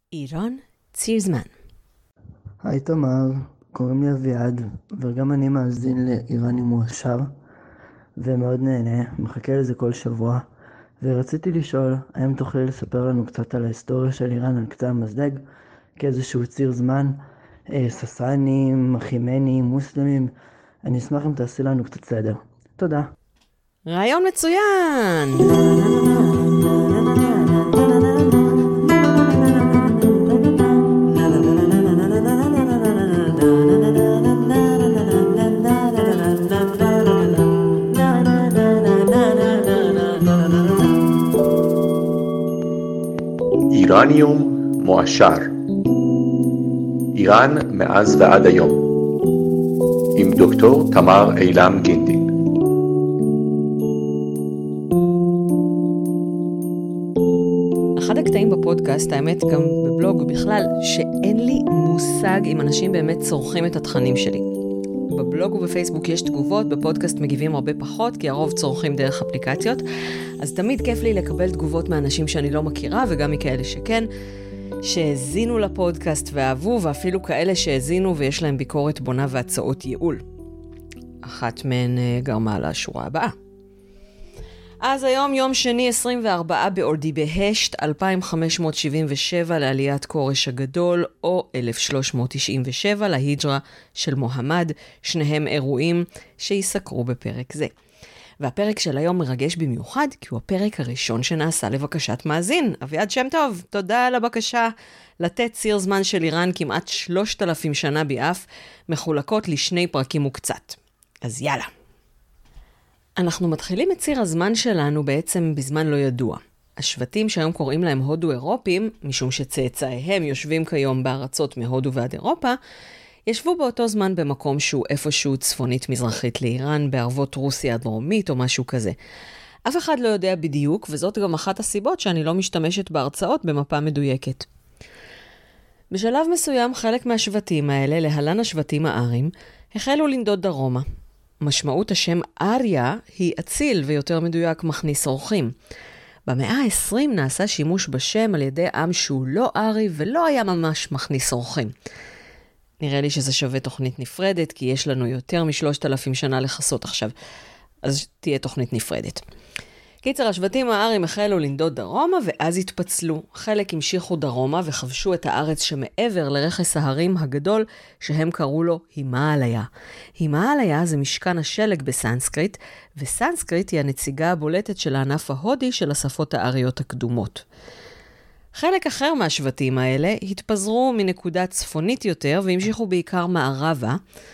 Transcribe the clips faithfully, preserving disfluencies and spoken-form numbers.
איראן, ציר זמן. היי תמר, קוראים לי אביעד, וגם אני מאזין לאיראני מועשר, ומאוד נהנה, מחכה לזה כל שבוע, ורציתי לשאול, האם תוכלי לספר לנו קצת על ההיסטוריה של איראן על קצה המזלג, כאיזשהו ציר זמן, אה, ססנים, חימנים, מוסלמים, אני אשמח אם תעשי לנו קצת סדר. תודה. רעיון מצוין! איראניום מועשר, איראן מאז ועד היום, עם דוקטור תמר אילם גינדין. אחד הקטעים בפודקאסט, האמת גם בבלוג בכלל, שאין לי מושג אם אנשים באמת צורכים את התכנים שלי. בבלוג ובפייסבוק יש תגובות, בפודקאסט מגיבים הרבה פחות, כי הרוב צורכים דרך אפליקציות, אז תמיד כיף לי לקבל תגובות מאנשים שאני לא מכירה, וגם מכאלה שכן, שהזינו לפודקאסט ואהבו, ואפילו כאלה שהזינו ויש להם ביקורת בונה והצעות ייעול. אחת מהן גרמה לשורה הבאה. אז היום יום שני עשרים וארבעה באורדיבהשט אלפיים חמש מאות שבעים ושבע לעליית כורש הגדול, או אלף שלוש מאות תשעים ושבע להיג'רה של מוחמד, שניהם אירועים שיסקרו בפרק זה. והפרק של היום מרגש במיוחד, כי הוא הפרק הראשון שנעשה לבקשת מאזין. אביעד שם טוב, תודה על הבקשה לתת ציר זמן של איראן כמעט שלושת אלפים שנה ביעף, מחולקות לשני פרקים וקצת. אז יאללה. אנחנו מתחילים את ציר הזמן שלנו בעצם בזמן לא ידוע. השבטים שהיום קוראים להם הודו אירופים, משום שצאצאיהם יושבים כיום בארצות מהודו ועד אירופה, ישבו באותו זמן במקום שהוא איפשהו צפונית מזרחית לאיראן, בערבות רוסיה הדרומית או משהו כזה. אף אחד לא יודע בדיוק, וזאת גם אחת הסיבות שאני לא משתמשת בהרצאות במפה מדויקת. בשלב מסוים חלק מהשבטים האלה, להלן השבטים הארים, החלו לנדוד דרומה. משמעות השם אריה היא אציל ויותר מדויק מכניס אורחים. במאה ה-עשרים נעשה שימוש בשם על ידי עם שהוא לא ארי ולא היה ממש מכניס אורחים. נראה לי שזה שווה תוכנית נפרדת, כי יש לנו יותר משלושת אלפים שנה לחסות עכשיו, אז תהיה תוכנית נפרדת. קיצר, השבטים הארים החלו לנדוד דרומה ואז התפצלו. חלק המשיכו דרומה וחבשו את הארץ שמעבר לרכס ההרים הגדול שהם קראו לו הימאליה. הימאליה זה משכן השלג בסנסקריט, וסנסקריט היא הנציגה הבולטת של הענף ההודי של השפות האריות הקדומות. חלק אחר מהשבטים האלה התפזרו מנקודה צפונית יותר והמשיכו בעיקר מערבה,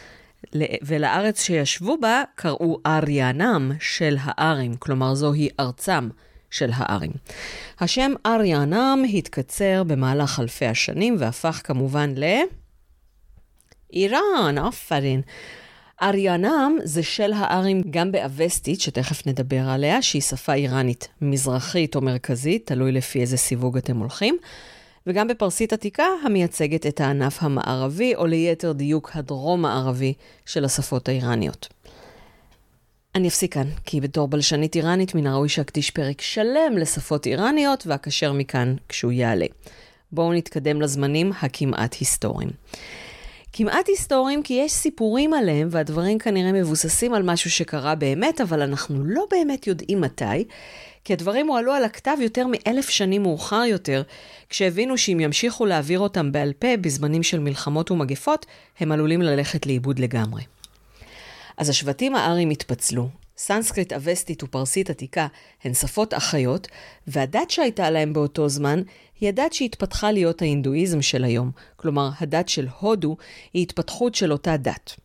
ולארץ שישבו בה קראו אריאנם של הארים, כלומר זוהי ארצם של הארים. השם אריאנם התקצר במהלך אלפי השנים והפך כמובן ל... איראן, אפרין. אריאנם זה של הארים גם באבסטית, שתכף נדבר עליה, שהיא שפה איראנית מזרחית או מרכזית, תלוי לפי איזה סיווג אתם הולכים, וגם בפרסית עתיקה המייצגת את הענף המערבי, או ליתר דיוק הדרום מערבי של השפות האיראניות. אני אפסיק כאן, כי בתור בלשנית איראנית מן הראוי שאקדיש פרק שלם לשפות איראניות, ואקשר מכאן כשהוא יעלה. בואו נתקדם לזמנים הכמעט היסטוריים. כמעט היסטוריים כי יש סיפורים עליהם, והדברים כנראה מבוססים על משהו שקרה באמת, אבל אנחנו לא באמת יודעים מתי, כי הדברים הועלו על הכתב יותר מאלף שנים מאוחר יותר, כשהבינו שאם ימשיכו להעביר אותם בעל פה בזמנים של מלחמות ומגפות, הם עלולים ללכת לאיבוד לגמרי. אז השבטים הארים התפצלו. סנסקריט, אבסטית ופרסית עתיקה הן שפות אחיות, והדת שהייתה להם באותו זמן היא הדת שהתפתחה להיות ההינדואיזם של היום. כלומר, הדת של הודו היא התפתחות של אותה דת.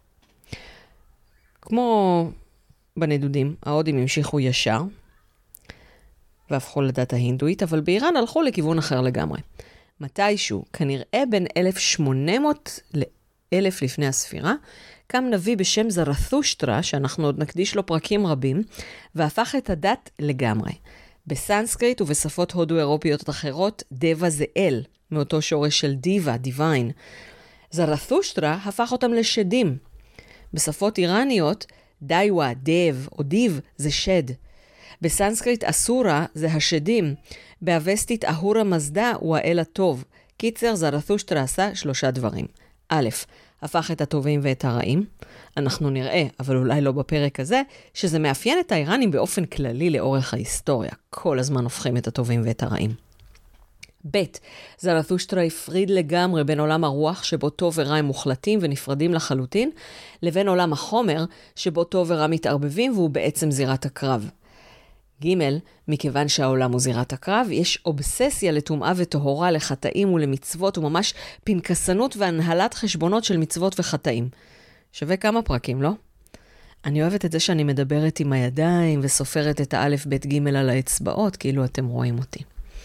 כמו בנדודים, ההודים המשיכו ישר, והפכו לדת ההינדואית, אבל באיראן הלכו לכיוון אחר לגמרי. מתישהו, כנראה בין אלף ושמונה מאות לאלף לפני הספירה, קם נביא בשם זרתושטרה, שאנחנו עוד נקדיש לו פרקים רבים, והפך את הדת לגמרי. בסנסקריט ובשפות הודו אירופיות אחרות, דווה זה אל, מאותו שורש של דיווה, דיוויין. זרתושטרה הפך אותם לשדים. בשפות איראניות, דייווה, דב או דיב זה שד. בסנסקריט אסורה זה השדים. באבסטית אהורה מזדה הוא האל הטוב, קיצר, זרתושטרה עשה שלושה דברים. א', הפך את הטובים ואת הרעים. אנחנו נראה, אבל אולי לא בפרק הזה, שזה מאפיין את האיראנים באופן כללי לאורך ההיסטוריה. כל הזמן הופכים את הטובים ואת הרעים. ב', זרתושטרה הפריד לגמרי בין עולם הרוח, שבו טוב ורע הם מוחלטים ונפרדים לחלוטין, לבין עולם החומר, שבו טוב ורע מתערבבים והוא בעצם זירת הקרב. ג', מכיוון שהעולם הוא זירת הקרב, יש אובססיה לטומאה וטהורה, לחטאים ולמצוות, וממש פנקסנות והנהלת חשבונות של מצוות וחטאים. שווה כמה פרקים, לא? אני אוהבת את זה שאני מדברת עם הידיים וסופרת את האלף בית ג' על האצבעות, כאילו אתם רואים אותי.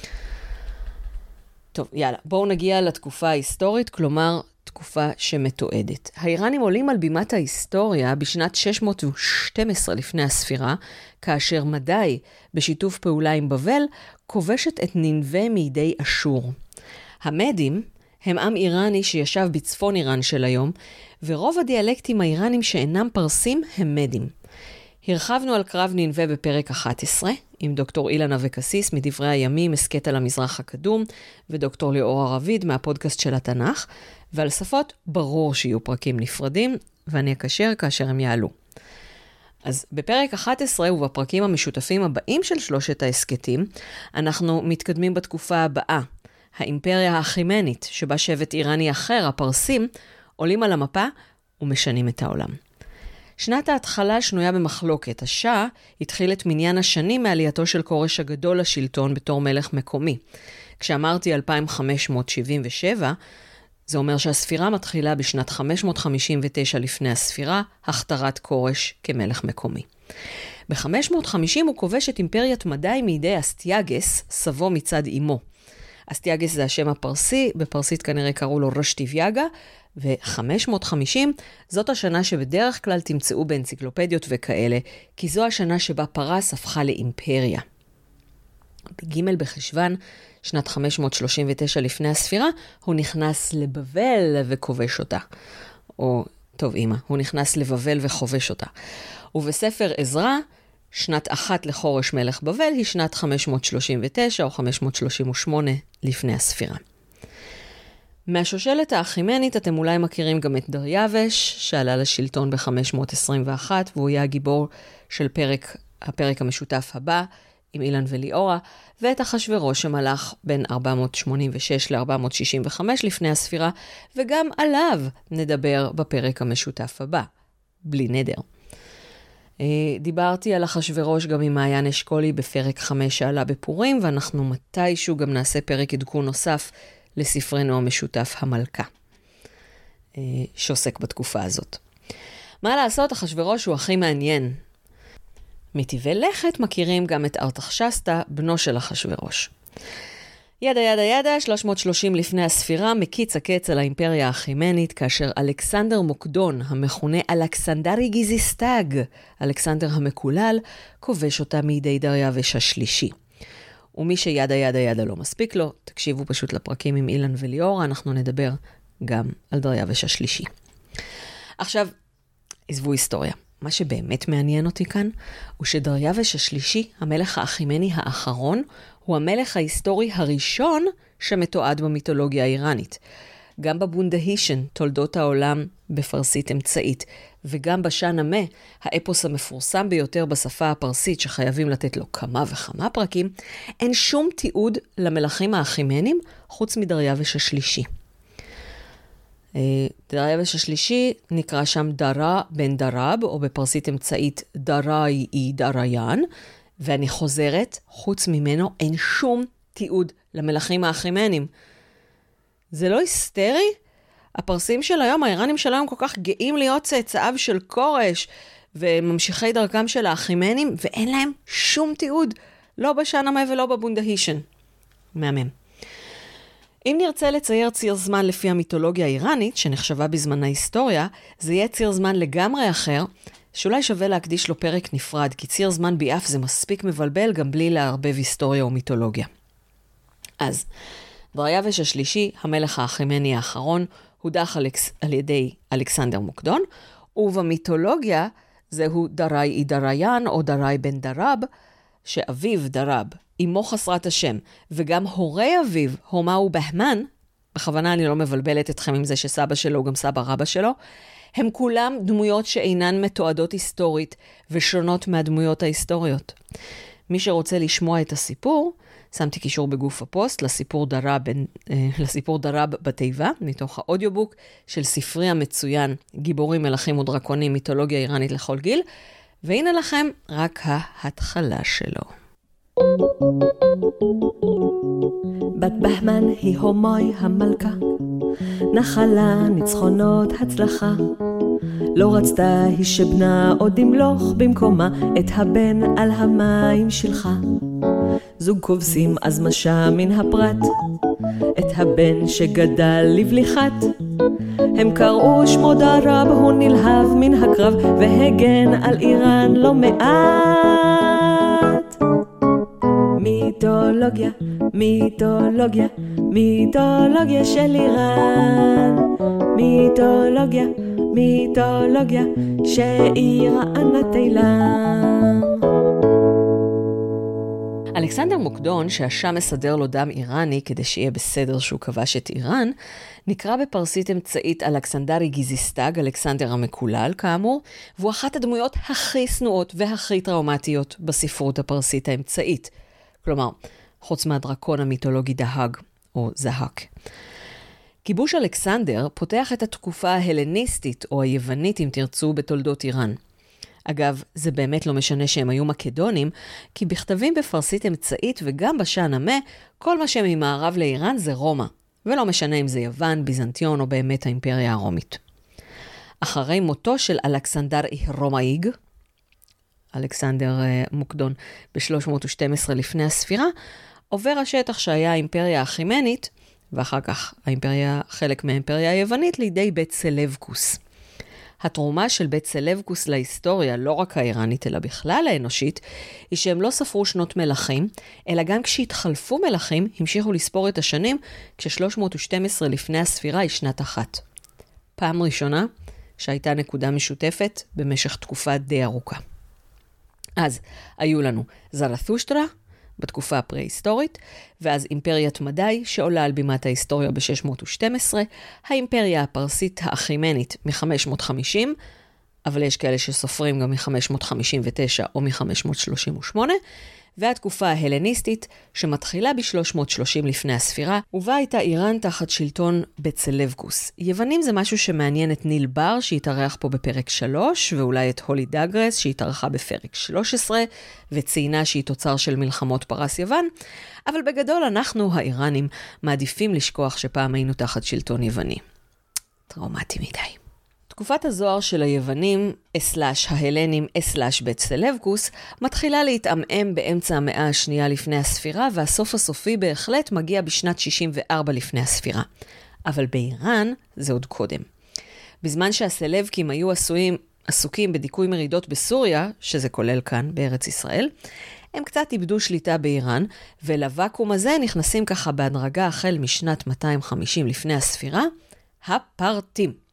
טוב, יאללה, בואו נגיע לתקופה ההיסטורית, כלומר, תקופה שמתועדת. האיראנים עולים על בימת ההיסטוריה בשנת שש מאות ושתים עשרה לפני הספירה, כאשר מדי, בשיתוף פעולה עם בבל, כובשת את נינווה מידי אשור. המדים הם עם איראני שישב בצפון איראן של היום, ורוב הדיאלקטים האיראנים שאינם פרסים הם מדים. הרחבנו על קרב נינווה בפרק אחת עשרה, עם דוקטור אילן אבקסיס מדברי הימים, הסקט על המזרח הקדום, ודוקטור ליאור הרביד מהפודקאסט של התנ"ך, ועל שפות ברור שיהיו פרקים נפרדים, ואני אקשר כאשר הם יעלו. אז בפרק אחת עשרה ובפרקים המשותפים הבאים של שלושת ההסקטים, אנחנו מתקדמים בתקופה הבאה. האימפריה האחימנית, שבה שבט איראני אחר, הפרסים, עולים על המפה ומשנים את העולם. שנת ההתחלה שנויה במחלוקת. השאה התחיל את מניין השנים מעלייתו של כורש הגדול לשלטון בתור מלך מקומי. כשאמרתי אלפיים חמש מאות שבעים ושבע, זה אומר שהספירה מתחילה בשנת חמש מאות חמישים ותשע לפני הספירה, הכתרת כורש כמלך מקומי. ב-חמש מאות וחמישים הוא כובש את אימפריית מדי מידי אסטיאגס, סבו מצד אמו. אסטיאגס זה השם הפרסי, בפרסית כנראה קראו לו רשטיביאגה, ו-חמש מאות וחמישים זאת השנה שבדרך כלל תמצאו באנציקלופדיות וכאלה, כי זו השנה שבה פרס הפכה לאימפריה. בג' בחשוון, שנת חמש מאות שלושים ותשע לפני הספירה, הוא נכנס לבבל וכובש אותה. או, טוב אמא, הוא נכנס לבבל וכובש אותה. ובספר עזרא, שנת אחת לחורש מלך בבל היא שנת חמש מאות שלושים ותשע או חמש מאות שלושים ושמונה לפני הספירה. מהשושלת האחימנית אתם אולי מכירים גם את דריווש, שעלה לשלטון ב-חמש מאות עשרים ואחת, והוא יהיה הגיבור של פרק, הפרק המשותף הבא, עם אילן וליאורה, ואת אחשוורוש שמלך בין ארבע מאות שמונים ושש ל-ארבע מאות שישים וחמש לפני הספירה, וגם עליו נדבר בפרק המשותף הבא, בלי נדר. דיברתי על אחשוורוש גם עם מעיין אשכולי בפרק חמש שעלה בפורים, ואנחנו מתישהו גם נעשה פרק עדכון נוסף לספרנו המשותף המלכה, שעוסק בתקופה הזאת. מה לעשות, אחשוורוש הוא הכי מעניין. מטבעי לכת מכירים גם את ארתחשסטה, בנו של אחשוורוש. ידה ידה ידה, שלוש מאות ושלושים לפני הספירה, מקיץ הקץ על האימפריה האחימנית, כאשר אלכסנדר מוקדון, המכונה אלכסנדרי גיזיסטג, אלכסנדר המקולל, כובש אותה מידי דריווש השלישי. ומי שידה ידה ידה לא מספיק לו, תקשיבו פשוט לפרקים עם אילן וליאורה, אנחנו נדבר גם על דריווש השלישי. עכשיו, עזבו היסטוריה. מה שבאמת מעניין אותי כאן, הוא שדריווש השלישי, המלך האחימני האחרון, הוא המלך ההיסטורי הראשון שמתועד במיתולוגיה האיראנית. גם בבונדהישן, תולדות העולם בפרסית אמצעית, וגם בשאנמה, האפוס המפורסם ביותר בשפה הפרסית שחייבים לתת לו כמה וכמה פרקים, אין שום תיעוד למלכים האחימנים חוץ מדריווש השלישי. דריווש השלישי נקרא שם דרה בן דרב, או בפרסית אמצעית דראי אי דריין, ואני חוזרת, חוץ ממנו אין שום תיעוד למלכים האחימנים. זה לא היסטרי? הפרסים של היום, האיראנים של היום כל כך גאים להיות צאצאיו של כורש, וממשיכי דרכם של האחימנים, ואין להם שום תיעוד, לא בשאנמה ולא בבונדהישן. מהמם. אם נרצה לצייר ציר זמן לפי המיתולוגיה האיראנית, שנחשבה בזמן ההיסטוריה, זה יהיה ציר זמן לגמרי אחר, שאולי שווה להקדיש לו פרק נפרד, כי ציר זמן ביעף זה מספיק מבלבל גם בלי להרבב היסטוריה ומיתולוגיה. אז, דריווש השלישי, המלך האחימני האחרון, הודח אלכס, על ידי אלכסנדר מוקדון, ובמיתולוגיה זהו דראי אי דריין או דראי בן דרב, שאביו דרב, אמו חסרת השם, וגם הורי אביו, הומה ובהמן, בכוונה אני לא מבלבלת אתכם עם זה שסבא שלו הוא גם סבא רבא שלו, הם כולם דמויות שאינן מתועדות היסטורית ושונות מהדמויות ההיסטוריות. מי שרוצה לשמוע את הסיפור, שמתי קישור בגוף הפוסט לסיפור דרב, לסיפור דרב בתיבה, מתוך האודיובוק של ספרי המצוין, גיבורים, מלכים ודרקונים, מיתולוגיה איראנית לכל גיל, והנה לכם רק ההתחלה שלו. בת בהמן היא הומוי המלכה, נחלה ניצחונות הצלחה, לא רצתה היא שבנה עוד ימלוך במקומה את הבן על המים שלך. זוג כובסים אז משה מן הפרט את הבן שגדל לבליחת, הם קראו שמו דרב, הוא נלהב מן הקרב והגן על איראן לא מעט. מיתולוגיה, מיתולוגיה, מיתולוגיה של איראן, מיתולוגיה, מיתולוגיה שאיראן התהילה. אלכסנדר מוקדון, שהשם מסדר לו דם איראני כדי שיהיה בסדר שהוא כבש את איראן, נקרא בפרסית אמצעית אלכסנדרי גיזיסטג, אלכסנדר המקולל כאמור, והוא אחת הדמויות הכי שנואות והכי טראומטיות בספרות הפרסית האמצעית. כלומר, חוץ מהדרקון המיתולוגי דהג או זהק. כיבוש אלכסנדר פותח את התקופה ההלניסטית או היוונית אם תרצו בתולדות איראן. אגב, זה באמת לא משנה שהם היו מקדונים, כי בכתבים בפרסית אמצעית וגם בשאנמה, כל מה שממערב לאיראן זה רומא, ולא משנה אם זה יוון, ביזנטיון או באמת האימפריה הרומית. אחרי מותו של אלכסנדר רומאיג, אלכסנדר מוקדון ב-שלוש מאות ושתים עשרה לפני הספירה, עובר השטח שהיה האימפריה החימנית, ואחר כך האימפריה, חלק מהאימפריה היוונית, לידי בית סלבקוס. התרומה של בית סלבקוס להיסטוריה, לא רק האיראנית אלא בכלל האנושית, היא שהם לא ספרו שנות מלכים, אלא גם כשהתחלפו מלכים, המשיכו לספור את השנים, כש-שלוש מאות ושתים עשרה לפני הספירה היא שנת אחת. פעם ראשונה שהייתה נקודה משותפת במשך תקופה די ארוכה. אז היו לנו זרתושטרה, בתקופה הפרה-היסטורית, ואז אימפריית מדי שעולה על בימת ההיסטוריה ב-שש מאות ושתים עשרה, האימפריה הפרסית האחימנית מ-חמש מאות וחמישים, אבל יש כאלה שסופרים גם מ-חמש מאות חמישים ותשע או מ-חמש מאות שלושים ושמונה, והתקופה ההלניסטית שמתחילה ב-שלוש מאות שלושים לפני הספירה, ובה הייתה איראן תחת שלטון בית סלבקוס. יוונים זה משהו שמעניין את ניל בר שהתארח פה בפרק שלוש, ואולי את הולי דאגרס שהתארחה בפרק שלוש עשרה, וציינה שהיא תוצר של מלחמות פרס יוון, אבל בגדול אנחנו האיראנים מעדיפים לשכוח שפעם היינו תחת שלטון יווני. טראומטי מדי. תקופת הזוהר של היוונים, אסלאש ההלנים, אסלאש בית סלבקוס, מתחילה להתעמם באמצע המאה השנייה לפני הספירה, והסוף הסופי בהחלט מגיע בשנת שישים וארבע לפני הספירה. אבל באיראן זה עוד קודם. בזמן שהסלבקים היו עשויים, עסוקים בדיכוי מרידות בסוריה, שזה כולל כאן בארץ ישראל, הם קצת איבדו שליטה באיראן, ולוואקום הזה נכנסים ככה בהדרגה החל משנת מאתיים וחמישים לפני הספירה, הפרטים.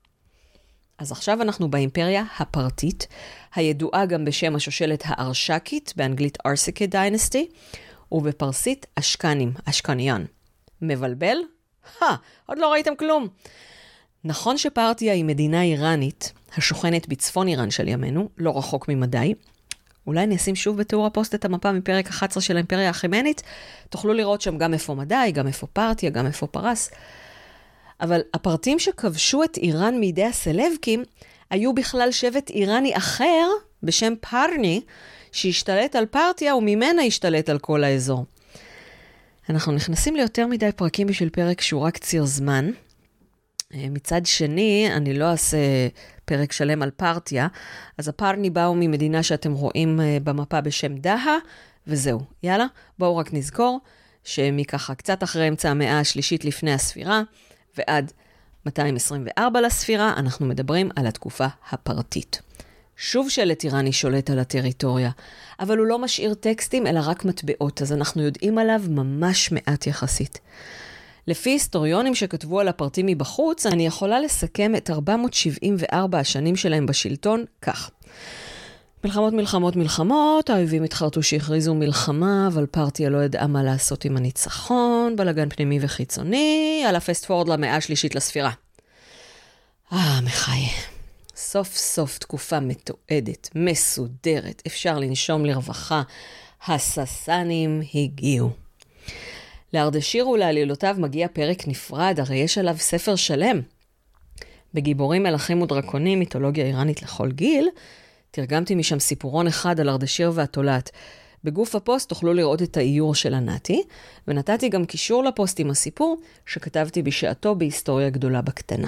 אז עכשיו אנחנו באימפריה הפרטית, הידועה גם בשם השושלת הארשקית, באנגלית ארסקה דיינסטי, ובפרסית אשכנים, אשכניאן. מבלבל? הא, עוד לא ראיתם כלום. נכון שפרטיה היא מדינה איראנית, השוכנת בצפון איראן של ימינו, לא רחוק ממדי. אולי נשים שוב בתיאור הפוסט את המפה מפרק אחת עשרה של האימפריה החימנית, תוכלו לראות שם גם איפה מדי, גם איפה פרטיה, גם איפה פרס. אבל הפרטים שכבשו את איראן מידי הסלבקים, היו בכלל שבט איראני אחר, בשם פרני, שהשתלט על פרטיה וממנה השתלט על כל האזור. אנחנו נכנסים ליותר מדי פרקים בשביל פרק שהוא רק ציר זמן. מצד שני, אני לא אעשה פרק שלם על פרטיה, אז הפרני באו ממדינה שאתם רואים במפה בשם דהה, וזהו. יאללה, בואו רק נזכור שמככה קצת אחרי אמצע המאה השלישית לפני הספירה, ועד מאתיים עשרים וארבע לספירה, אנחנו מדברים על התקופה הפרטית. שוב שלט איראני שולט על הטריטוריה, אבל הוא לא משאיר טקסטים, אלא רק מטבעות, אז אנחנו יודעים עליו ממש מעט יחסית. לפי היסטוריונים שכתבו על הפרטים מבחוץ, אני יכולה לסכם את ארבע מאות שבעים וארבע השנים שלהם בשלטון כך. מלחמות, מלחמות, מלחמות, האויבים התחרטו שהכריזו מלחמה, אבל פרטיה לא ידעה מה לעשות עם הניצחון, בלגן פנימי וחיצוני, על הפסט פורד למאה השלישית לספירה. אה, מחיה. סוף סוף תקופה מתועדת, מסודרת, אפשר לנשום לרווחה, הססנים הגיעו. לארדשיר ולעלילותיו מגיע פרק נפרד, הרי יש עליו ספר שלם. בגיבורים מלכים ודרקונים, מיתולוגיה איראנית לכל גיל, תרגמתי משם סיפורון אחד על ארדשיר והתולעת. בגוף הפוסט תוכלו לראות את האיור של הנתי, ונתתי גם קישור לפוסט עם הסיפור שכתבתי בשעתו בהיסטוריה גדולה בקטנה.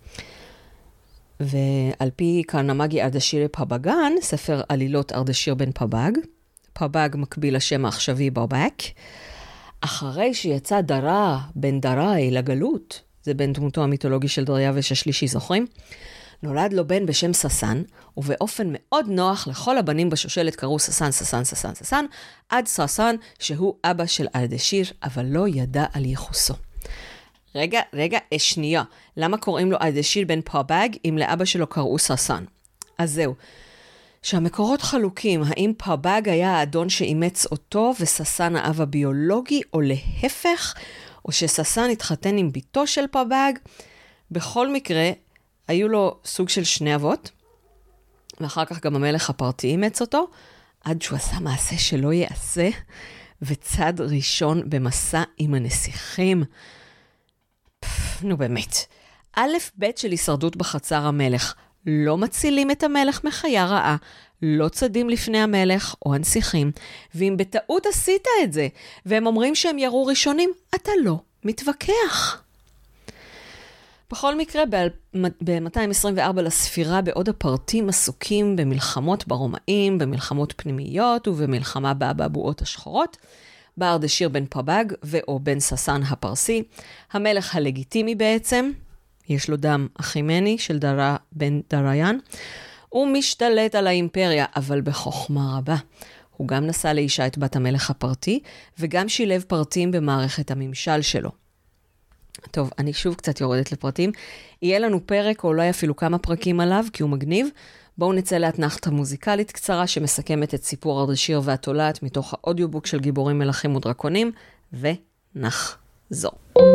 ועל פי קרנמגי ארדשיר פבגן, ספר עלילות ארדשיר בן פבג, פבג מקביל לשם העכשווי בבק, אחרי שיצא דרה בן דראי לגלות, זה בן דמותו המיתולוגי של דריווש השלישי, זוכרים? נולד לו בן בשם ססן, ובאופן מאוד נוח לכל הבנים בשושלת קראו ססן, ססן, ססן, ססן, עד ססן שהוא אבא של ארדשיר, אבל לא ידע על ייחוסו. רגע, רגע, שנייה. למה קוראים לו ארדשיר בן פבג אם לאבא שלו קראו ססן? אז זהו. שהמקורות חלוקים, האם פבג היה האדון שאימץ אותו וססן האב הביולוגי, או להפך, או שססן התחתן עם ביתו של פבג? בכל מקרה, היו לו סוג של שני אבות, ואחר כך גם המלך הפרטי אימץ אותו, עד שהוא עשה מעשה שלא יעשה, וצד ראשון במסע עם הנסיכים. פף, נו באמת. א' ב' של הישרדות בחצר המלך. לא מצילים את המלך מחיה רעה, לא צדים לפני המלך או הנסיכים, ואם בטעות עשית את זה, והם אומרים שהם ירו ראשונים, אתה לא מתווכח. בכל מקרה, ב-מאתיים עשרים וארבע לספירה, בעוד הפרטים עסוקים במלחמות ברומאים, במלחמות פנימיות ובמלחמה באבעבועות השחורות, בא ארדשיר בן פבג ואו בן ססן הפרסי, המלך הלגיטימי בעצם, יש לו דם אחימני של דרה בן דריין, הוא משתלט על האימפריה, אבל בחוכמה רבה. הוא גם נשא לאישה את בת המלך הפרטי, וגם שילב פרטים במערכת הממשל שלו. טוב, אני שוב קצת יורדת לפרטים. יהיה לנו פרק או אולי אפילו כמה פרקים עליו, כי הוא מגניב. בואו נצא לאתנחתה מוזיקלית קצרה שמסכמת את סיפור ארדשיר והתולעת מתוך האודיובוק של גיבורים מלכים ודרקונים, ונחזור.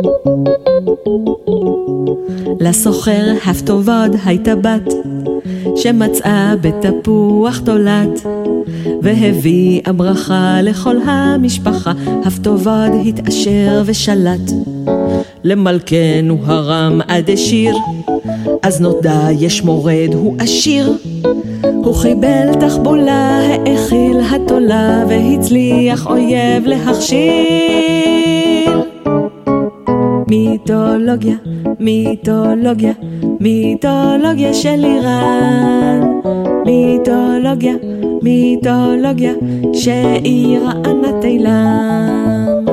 לסוחר הפטובד הייתה בת שמצאה בתפוח תולעת והביאה ברכה לכל המשפחה. הפטובד התעשר ושלט למלכנו הרם ארדשיר, אז נודע יש מורד הוא עשיר. הוא חיבל תחבולה האכיל התולה והצליח אויב להכשיל. מיתולוגיה, מיתולוגיה, מיתולוגיה של איראן. מיתולוגיה, מיתולוגיה שאיראן התהילה.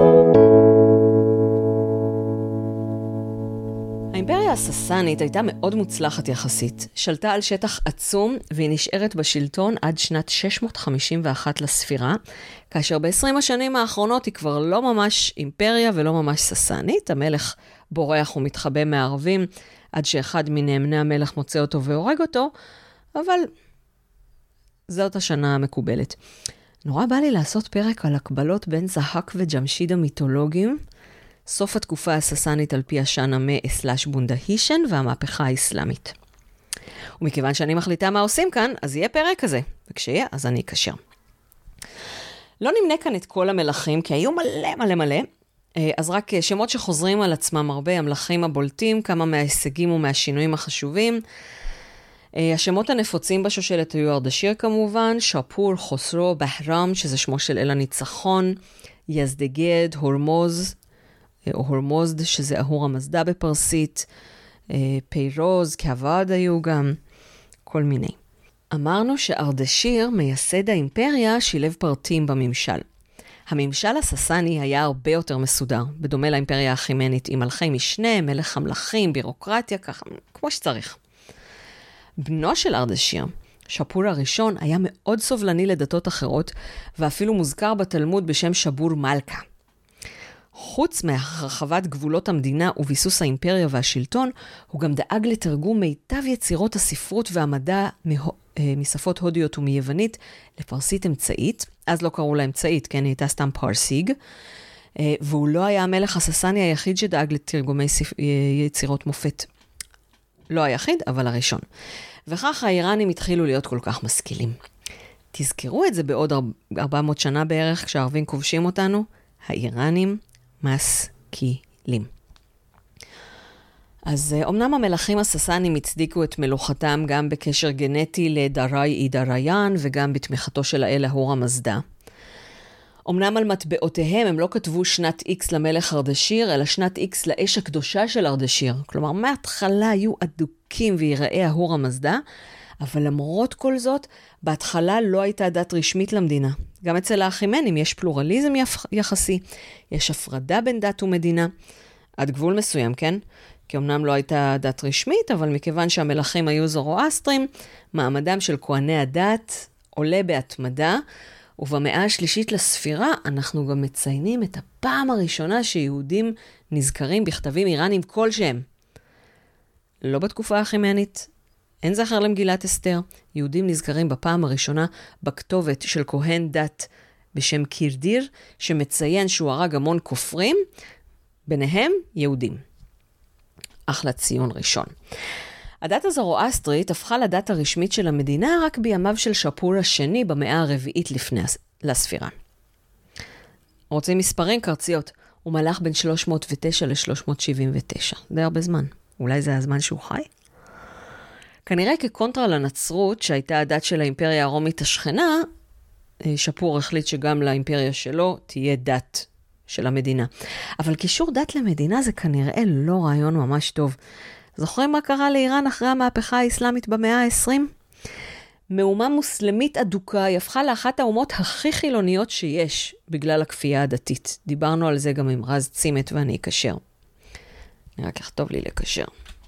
האימפריה הססנית הייתה מאוד מוצלחת יחסית, שלטה על שטח עצום והיא נשארת בשלטון עד שנת שש מאות חמישים ואחת לספירה, כאשר ב-עשרים השנים האחרונות היא כבר לא ממש אימפריה ולא ממש ססנית, המלך בורח ומתחבא מערבים עד שאחד מנאמני המלך מוצא אותו והורג אותו, אבל זאת השנה המקובלת. נורא בא לי לעשות פרק על הקבלות בין זהק וג'משיד המיתולוגיים, סוף התקופה הססנית על פי השנה מאסלש בונדהישן והמהפכה האסלאמית. ומכיוון שאני מחליטה מה עושים כאן, אז יהיה פרק כזה, וכשיהיה אז אני אקשר. לא נמנה כאן את כל המלכים, כי היו מלא מלא מלא, אז רק שמות שחוזרים על עצמם הרבה, המלכים הבולטים, כמה מההישגים ומהשינויים החשובים. השמות הנפוצים בשושלת היו ארדשיר כמובן, שפור, חוסרו, בהרם, שזה שמו של אל הניצחון, יזדגד, הורמוז, או הורמוזד, שזה אהור המזדה בפרסית, פיירוז, כעבד היו גם, כל מיני. אמרנו שארדשיר, מייסד האימפריה, שילב פרטים בממשל. הממשל הססני היה הרבה יותר מסודר, בדומה לאימפריה האחימנית, עם מלכי משנה, מלך המלכים, בירוקרטיה, ככה, כמו שצריך. בנו של ארדשיר, שפור הראשון, היה מאוד סובלני לדתות אחרות, ואפילו מוזכר בתלמוד בשם שבור מלכה. חוץ מהרחבת גבולות המדינה וביסוס האימפריה והשלטון, הוא גם דאג לתרגום מיטב יצירות הספרות והמדע משפות הודיות ומיוונית לפרסית אמצעית. אז לא קראו לה אמצעית, כן, היא הייתה סתם פרסיג. והוא לא היה המלך הססני היחיד שדאג לתרגומי יצירות מופת. לא היחיד, אבל הראשון. וכך האיראנים התחילו להיות כל כך משכילים. תזכרו את זה בעוד ארבע מאות שנה בערך, כשהערבים כובשים אותנו, האיראנים משכילים. אז אמנם המלכים הססנים הצדיקו את מלוכתם גם בקשר גנטי לדרי אידריין, וגם בתמיכתו של האל ההור המזדה. אמנם על מטבעותיהם הם לא כתבו שנת X למלך ארדשיר, אלא שנת X לאש הקדושה של ארדשיר. כלומר, מההתחלה היו אדוקים ויראי ההור המזדה, אבל למרות כל זאת, בהתחלה לא הייתה דת רשמית למדינה. גם אצל האחימנים יש פלורליזם יחסי, יש הפרדה בין דת ומדינה, עד גבול מסוים, כן? כי אמנם לא הייתה דת רשמית, אבל מכיוון שהמלכים היו זורואסטרים, מעמדם של כהני הדת עולה בהתמדה, ובמאה השלישית לספירה אנחנו גם מציינים את הפעם הראשונה שיהודים נזכרים בכתבים איראנים כלשהם. לא בתקופה האחימנית, אין זכר למגילת אסתר, יהודים נזכרים בפעם הראשונה בכתובת של כהן דת בשם קירדיר, שמציין שהוא הרג המון כופרים, ביניהם יהודים. אחלה ציון ראשון. הדת הזורואסטרית הפכה לדת הרשמית של המדינה רק בימיו של שפור השני במאה הרביעית לפני לספירה. רוצים מספרים קרציות? הוא מלך בין שלוש מאות ותשע ל-שלוש מאות שבעים ותשע. די הרבה זמן. אולי זה הזמן שהוא חי? כנראה כקונטרה לנצרות, שהייתה הדת של האימפריה הרומית השכנה, שפור החליט שגם לאימפריה שלו תהיה דת של המדינה. אבל קישור דת למדינה זה כנראה לא רעיון ממש טוב. זוכרים מה קרה לאיראן אחרי המהפכה האסלאמית במאה ה-עשרים? מאומה מוסלמית אדוקה היא הפכה לאחת האומות הכי חילוניות שיש בגלל הכפייה הדתית. דיברנו על זה גם עם רז צימת ואני אקשר. אני רק אכתוב לי לקשר.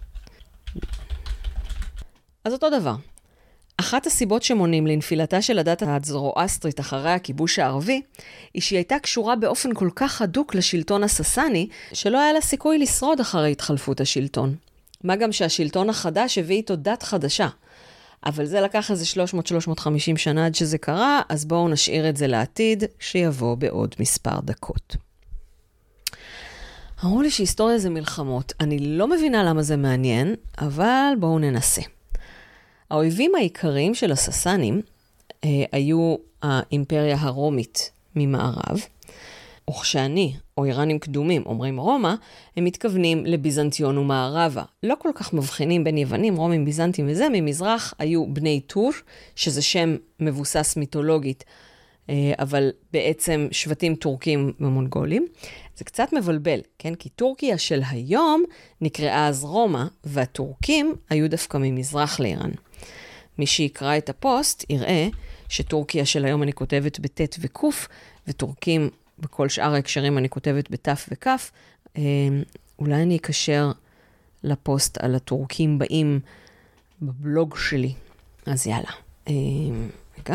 אז אותו דבר. אחת הסיבות שמונים לנפילתה של הדת הזורואסטרית אחרי הכיבוש הערבי, היא שהיא הייתה קשורה באופן כל כך הדוק לשלטון הססני, שלא היה לה סיכוי לשרוד אחרי התחלפות השלטון. מה גם שהשלטון החדש הביא איתו דת חדשה. אבל זה לקח איזה שלוש מאות עד שלוש מאות וחמישים שנה עד שזה קרה, אז בואו נשאיר את זה לעתיד, שיבוא בעוד מספר דקות. אמרו לי שהיסטוריה זה מלחמות. אני לא מבינה למה זה מעניין, אבל בואו ננסה. האויבים העיקריים של הססנים אה, היו האימפריה הרומית ממערב, וכשאני או איראנים קדומים אומרים רומא, הם מתכוונים לביזנטיון ומערבה. לא כל כך מבחינים בין יוונים, רומים, ביזנטים וזה. ממזרח היו בני טור, שזה שם מבוסס מיתולוגית, אבל בעצם שבטים טורקים ומונגולים. זה קצת מבלבל, כן? כי טורקיה של היום נקראה אז רומא, והטורקים היו דווקא ממזרח לאיראן. מי שיקרא את הפוסט יראה שטורקיה של היום אני כותבת בט' וקוף, וטורקים בכל שאר ההקשרים אני כותבת בתף וכף. אולי אני אקשר לפוסט על הטורקים באים בבלוג שלי. אז יאללה. רגע.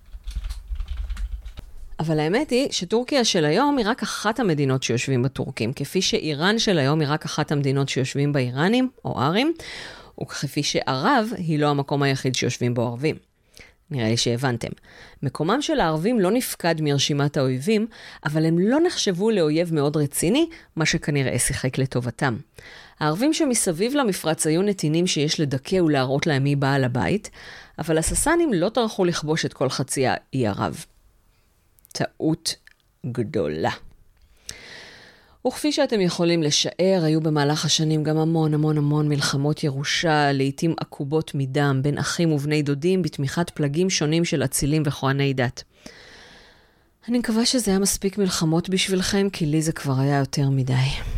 אבל האמת היא שטורקיה של היום היא רק אחת המדינות שיושבים בטורקים, כפי שאיראן של היום היא רק אחת המדינות שיושבים באיראנים או ערים, וכפי שערב היא לא המקום היחיד שיושבים בו ערבים. נראה לי שהבנתם. מקומם של הערבים לא נפקד מרשימת האויבים, אבל הם לא נחשבו לאויב מאוד רציני, מה שכנראה שיחק לטובתם. הערבים שמסביב למפרץ היו נתינים שיש לדכא ולהראות להם מי בעל הבית, אבל הססנים לא טרחו לכבוש את כל חצי האי ערב. טעות גדולה. וכפי שאתם יכולים לשער, היו במהלך השנים גם המון המון המון מלחמות ירושה, לעתים עקובות מדם, בין אחים ובני דודים, בתמיכת פלגים שונים של אצילים וכהני דת. אני מקווה שזה היה מספיק מלחמות בשבילכם, כי לי זה כבר היה יותר מדי.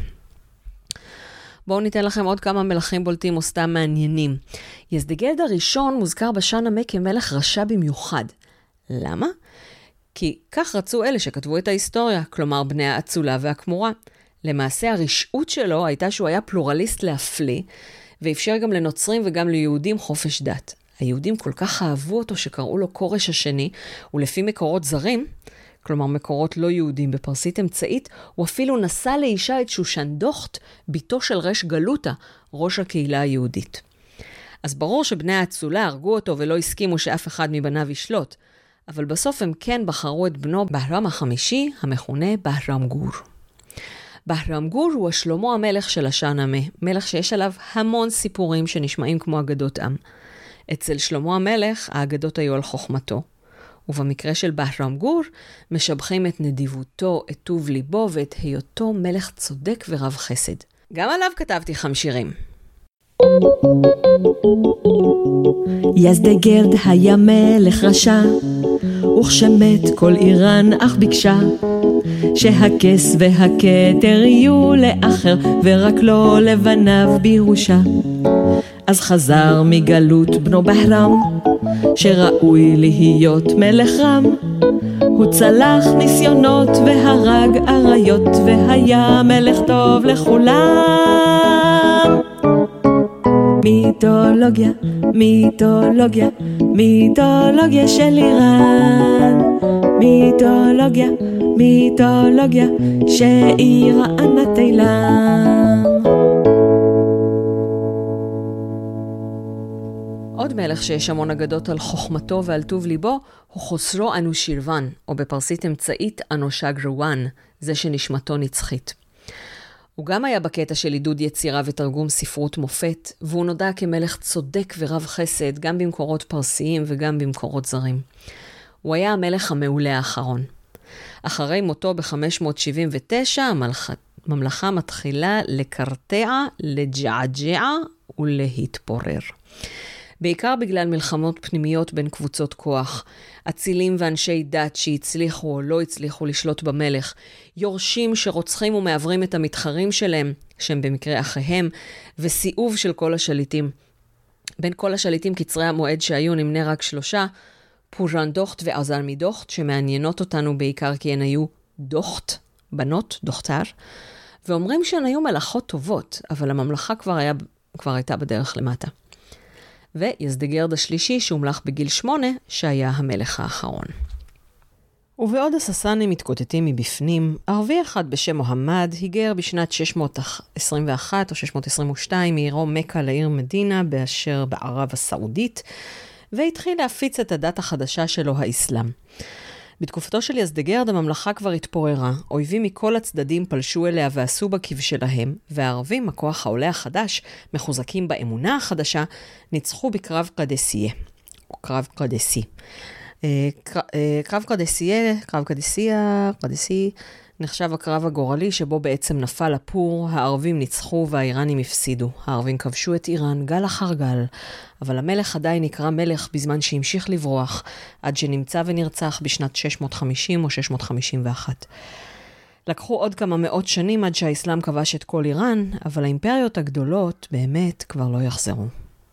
בואו ניתן לכם עוד כמה מלכים בולטים או סתם מעניינים. יזדגלד הראשון מוזכר בשאהנאמה כמלך רשע במיוחד. למה? כי כך רצו אלה שכתבו את ההיסטוריה, כלומר בני האצולה והכמורה. למעשה הרשעות שלו הייתה שהוא היה פלורליסט להפליא, ואפשר גם לנוצרים וגם ליהודים חופש דת. היהודים כל כך אהבו אותו שקראו לו קורש השני, ולפי מקורות זרים, כלומר מקורות לא יהודים בפרסית אמצעית, הוא אפילו נשא לאישה את שושן דוכט, ביתו של רש גלותה, ראש הקהילה היהודית. אז ברור שבני האצולה הרגו אותו ולא הסכימו שאף אחד מבניו ישלוט, אבל בסוף הם כן בחרו את בנו בהרם החמישי, המכונה בהרם גור. בהרם גור הוא השלמה המלך של השאנמה, מלך שיש עליו המון סיפורים שנשמעים כמו אגדות עם. אצל שלמה המלך האגדות היו על חוכמתו, ובמקרה של בהרם גור משבחים את נדיבותו, את טוב ליבו ואת היותו מלך צודק ורב חסד. גם עליו כתבתי חם שירים. יזדגרד היה מלך רשע, וכשמת כל איראן אך ביקשה, שהכס והכתר יהיו לאחר, ורק לא לבניו בירושה. אז חזר מגלות בנו בהרם, שראוי להיות מלך רם. הוא צלח ניסיונות והרג אריות, והיה מלך טוב לכולם. מיתולוגיה, מיתולוגיה, מיתולוגיה של איראן. מיתולוגיה, מיתולוגיה שאיראן התהילה. עוד מלך שיש המון אגדות על חוכמתו ועל טוב ליבו, הוא חוסרו אנושירוון, או בפרסית אמצעית אנושגרוואן, זה שנשמתו נצחית. הוא גם היה בקטע של עידוד יצירה ותרגום ספרות מופת, והוא נודע כמלך צודק ורב חסד, גם במקורות פרסיים וגם במקורות זרים. הוא היה המלך המעולה האחרון. אחרי מותו ב-חמש מאות שבעים ותשע, הממלכה מתחילה לקרטע, לג'עג'ע ולהתפורר. בעיקר בגלל מלחמות פנימיות בין קבוצות כוח, אצילים ואנשי דת שהצליחו או לא הצליחו לשלוט במלך, יורשים שרוצחים ומעברים את המתחרים שלהם, שהם במקרה אחיהם, וסיאוב של כל השליטים. בין כל השליטים קצרי המועד שהיו נמנה רק שלושה, פורן דוכט ועזרמי דוכט, שמעניינות אותנו בעיקר כי הן היו דוכט, בנות, דוכתר, ואומרים שהן היו מלאכות טובות, אבל הממלכה כבר, היה, כבר הייתה בדרך למטה. ויזדגרד השלישי שהומלך בגיל שמונה, שהיה המלך האחרון. ובעוד הססנים מתקוטטים מבפנים, ערבי אחד בשם מוחמד היגר בשנת שש מאות עשרים ואחת או שש מאות עשרים ושתיים מעירו מקה לעיר מדינה באשר בערב הסעודית, והתחיל להפיץ את הדת החדשה שלו, האסלאם. בתקופתו של יזדגרד הממלכה כבר התפוררה, אויבים מכל הצדדים פלשו אליה ועשו בה כבשלהם, והערבים, הכוח העולה החדש, מחוזקים באמונה החדשה, ניצחו בקרב קדסיה, או קרב קדסי. קרב קדסיה, קרב קדסיה, קדסי, נחשב הקרב הגורלי שבו בעצם נפל הפור, הערבים ניצחו והאיראנים הפסידו. הערבים כבשו את איראן גל אחר גל, אבל המלך עדיין נקרא מלך בזמן שהמשיך לברוח, עד שנמצא ונרצח בשנת שש מאות וחמישים או שש מאות חמישים ואחת. לקחו עוד כמה מאות שנים עד שהאסלאם כבש את כל איראן, אבל האימפריות הגדולות באמת כבר לא יחזרו.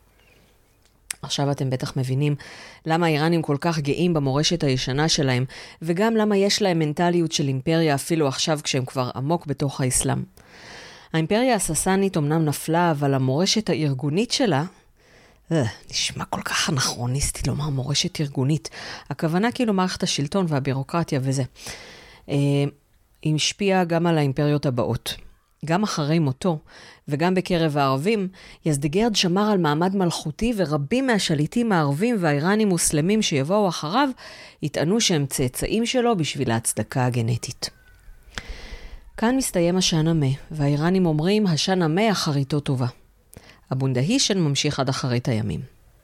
עכשיו אתם בטח מבינים למה האיראנים כל כך גאים במורשת הישנה שלהם, וגם למה יש להם מנטליות של אימפריה אפילו עכשיו כשהם כבר עמוק בתוך האסלאם. האימפריה הססנית אמנם נפלה, אבל המורשת הארגונית שלה, אה, נשמע כל כך אנכרוניסטי לומר מורשת ארגונית. הכוונה כאילו מערכת השלטון והבירוקרטיה וזה. אה, היא השפיעה גם על האימפריות הבאות. גם אחרי מותו, וגם בקרב הערבים, יזדגרד שמר על מעמד מלכותי, ורבים מהשליטים הערבים והאיראנים מוסלמים שיבואו אחריו, יטענו שהם צאצאים שלו בשביל ההצדקה הגנטית. כאן מסתיים השאנמה, והאיראנים אומרים, השאנמה אחריתו טובה. הבונדהישן ממשיך עד אחרית הימים.